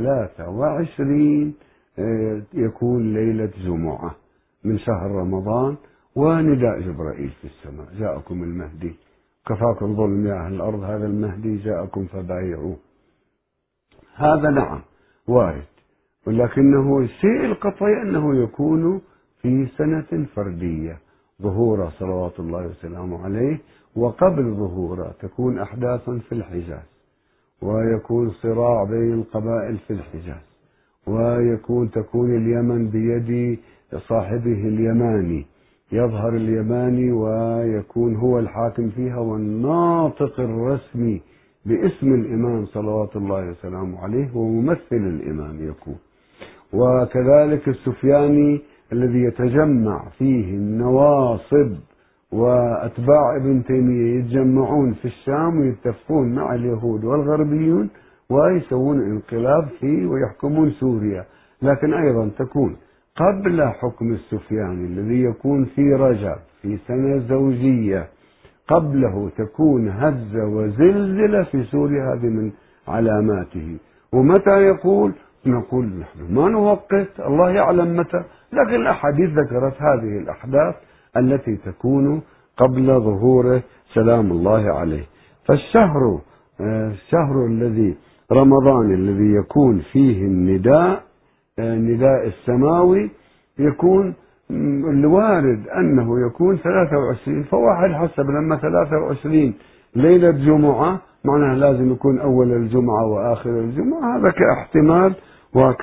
23 يكون ليلة جمعة من شهر رمضان، ونداء جبرائيل في السماء: جاءكم المهدي كفاكم ظلم يا أهل الأرض، هذا المهدي جاءكم فبايعوه. هذا نعم وارد، ولكنه الشيء القطعي أنه يكون في سنة فردية ظهوره صلوات الله وسلامه عليه. وقبل ظهوره تكون أحداثا في الحجاز، ويكون صراع بين القبائل في الحجاز، تكون اليمن بيد صاحبه اليماني، يظهر اليماني ويكون هو الحاكم فيها والناطق الرسمي باسم الإمام صلوات الله وسلامه عليه وممثل الإمام يكون. وكذلك السفياني الذي يتجمع فيه النواصب وأتباع ابن تيمية يتجمعون في الشام ويتفقون مع اليهود والغربيون ويسوون انقلاب فيه ويحكمون سوريا. لكن أيضا تكون قبل حكم السفياني الذي يكون في رجب في سنة زوجية، قبله تكون هزة وزلزلة في سوريا، هذه من علاماته. ومتى يقول؟ نقول نحن ما نوقت، الله يعلم متى، لكن الأحاديث ذكرت هذه الأحداث التي تكون قبل ظهوره سلام الله عليه. فالشهر الشهر الذي رمضان الذي يكون فيه النداء السماوي يكون الوارد أنه يكون 23، فواحد حسب لما 23 ليلة جمعة معناها لازم يكون أول الجمعة وآخر الجمعة، هذا كاحتمال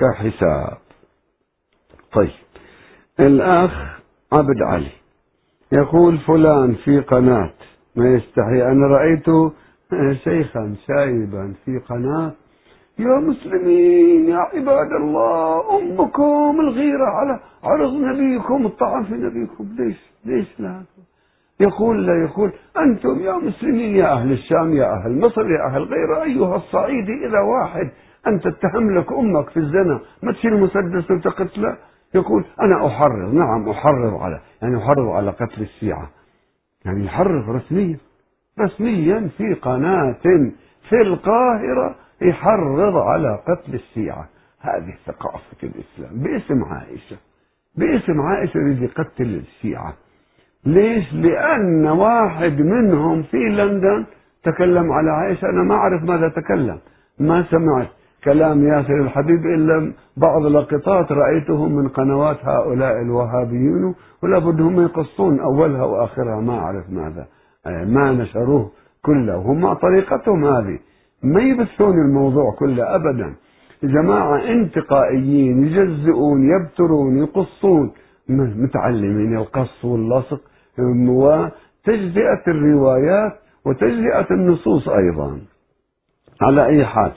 وكحساب. طيب الأخ عبد علي يقول فلان في قناة ما يستحي، أنا رأيت شيخا شايبا في قناة: يا مسلمين يا عباد الله، أمكم الغيرة على عرض نبيكم، الطعن في نبيكم، ليش لا؟ يقول لا، يقول: أنتم يا مسلمين يا أهل الشام يا أهل مصر يا أهل غيره أيها الصعيدي، إذا واحد أنت تتهم لك أمك في الزنا ما تشيل مسدس وتقتله؟ يقول: أنا أحرض، نعم أحرض على، يعني أحرض على قتل الشيعة، يعني يحرض رسميا في قناة في القاهرة يحرض على قتل الشيعة. هذه ثقافة الإسلام باسم عائشة يريد يقتل الشيعة. ليش؟ لأن واحد منهم في لندن تكلم على عائشة، أنا ما أعرف ماذا تكلم، ما سمعت كلام ياسر الحبيب إلا بعض لقطات رأيته من قنوات هؤلاء الوهابيين، ولا بدهم يقصون أولها وآخرها، ما أعرف ماذا، ما نشروه كله، هم طريقتهم هذه، ما يبثون الموضوع كله أبدا. جماعة انتقائيين يجزئون يبترون يقصون، متعلمين القص واللصق وتجزئة الروايات وتجزئة النصوص أيضا. على أي حال،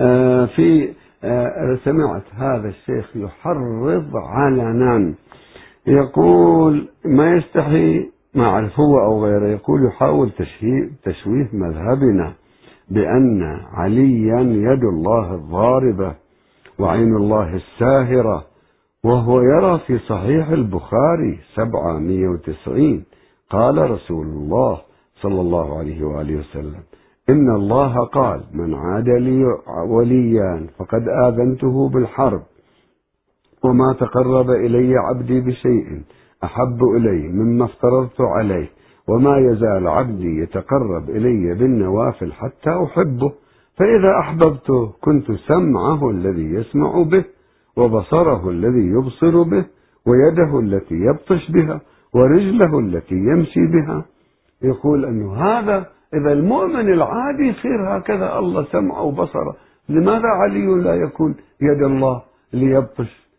سمعت هذا الشيخ يحرض علنا، يقول ما يستحي، ما أعرف هو أو غيره، يقول يحاول تشويه مذهبنا بأن عليا يد الله الضاربة وعين الله الساهرة، وهو يرى في صحيح البخاري 790: قال رسول الله صلى الله عليه وآله وسلم: إن الله قال: من عاد لي وليا فقد آذنته بالحرب، وما تقرب إلي عبدي بشيء أحب إلي مما افترضت عليه، وما يزال عبدي يتقرب إلي بالنوافل حتى أحبه، فإذا أحببته كنت سمعه الذي يسمع به، وبصره الذي يبصر به، ويده التي يبطش بها، ورجله التي يمشي بها. يقول أنه هذا إذا المؤمن العادي يصير هكذا، الله سمعه وبصره، لماذا علي لا يكون يد الله ليبطش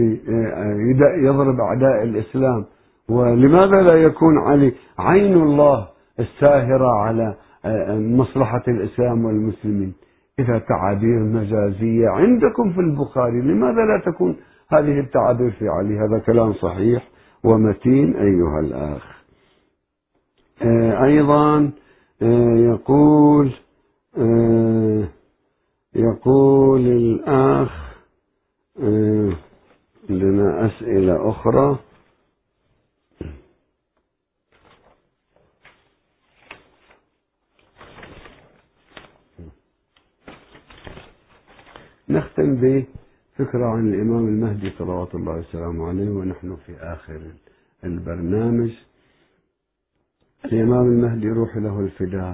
يضرب أعداء الإسلام؟ ولماذا لا يكون علي عين الله الساهرة على مصلحة الإسلام والمسلمين؟ إذا تعابير مجازية عندكم في البخاري، لماذا لا تكون هذه التعابير في علي؟ هذا كلام صحيح ومتين أيها الأخ. أيضا يقول الأخ لنا أسئلة أخرى. نختم بفكرة عن الإمام المهدي صلوات الله وسلامه عليه ونحن في آخر البرنامج. الإمام المهدي روح له الفداء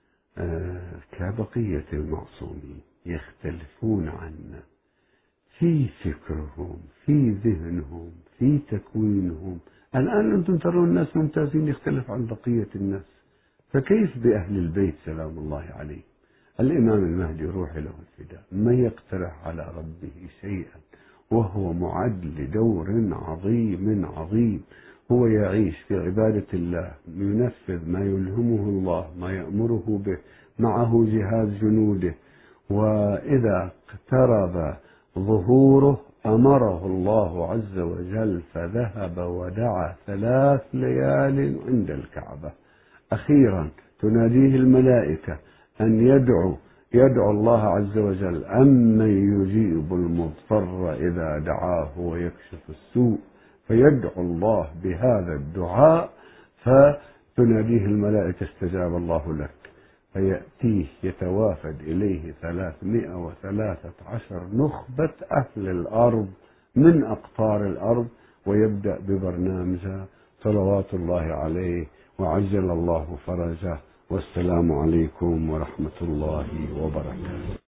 كبقية المعصومين يختلفون عنا في فكرهم، في ذهنهم، في تكوينهم. الآن أنتم ترون الناس ممتازين يختلف عن بقية الناس، فكيف بأهل البيت سلام الله عليه؟ الإمام المهدي روح له الفداء ما يقترح على ربه شيئا، وهو معد لدور عظيم. هو يعيش في عبادة الله، ينفذ ما يلهمه الله، ما يأمره به، معه جهاز جنوده، وإذا اقترب ظهوره أمره الله عز وجل فذهب ودعا 3 ليال عند الكعبة. أخيرا تناديه الملائكة أن يدعو الله عز وجل أمن يجيب المضطر إذا دعاه ويكشف السوء، فيدعو الله بهذا الدعاء فتناديه الملائكة استجاب الله لك، فيأتيه يتوافد إليه 313 نخبة أهل الأرض من أقطار الأرض، ويبدأ ببرنامجه صلوات الله عليه وعجل الله فرجه. والسلام عليكم ورحمة الله وبركاته.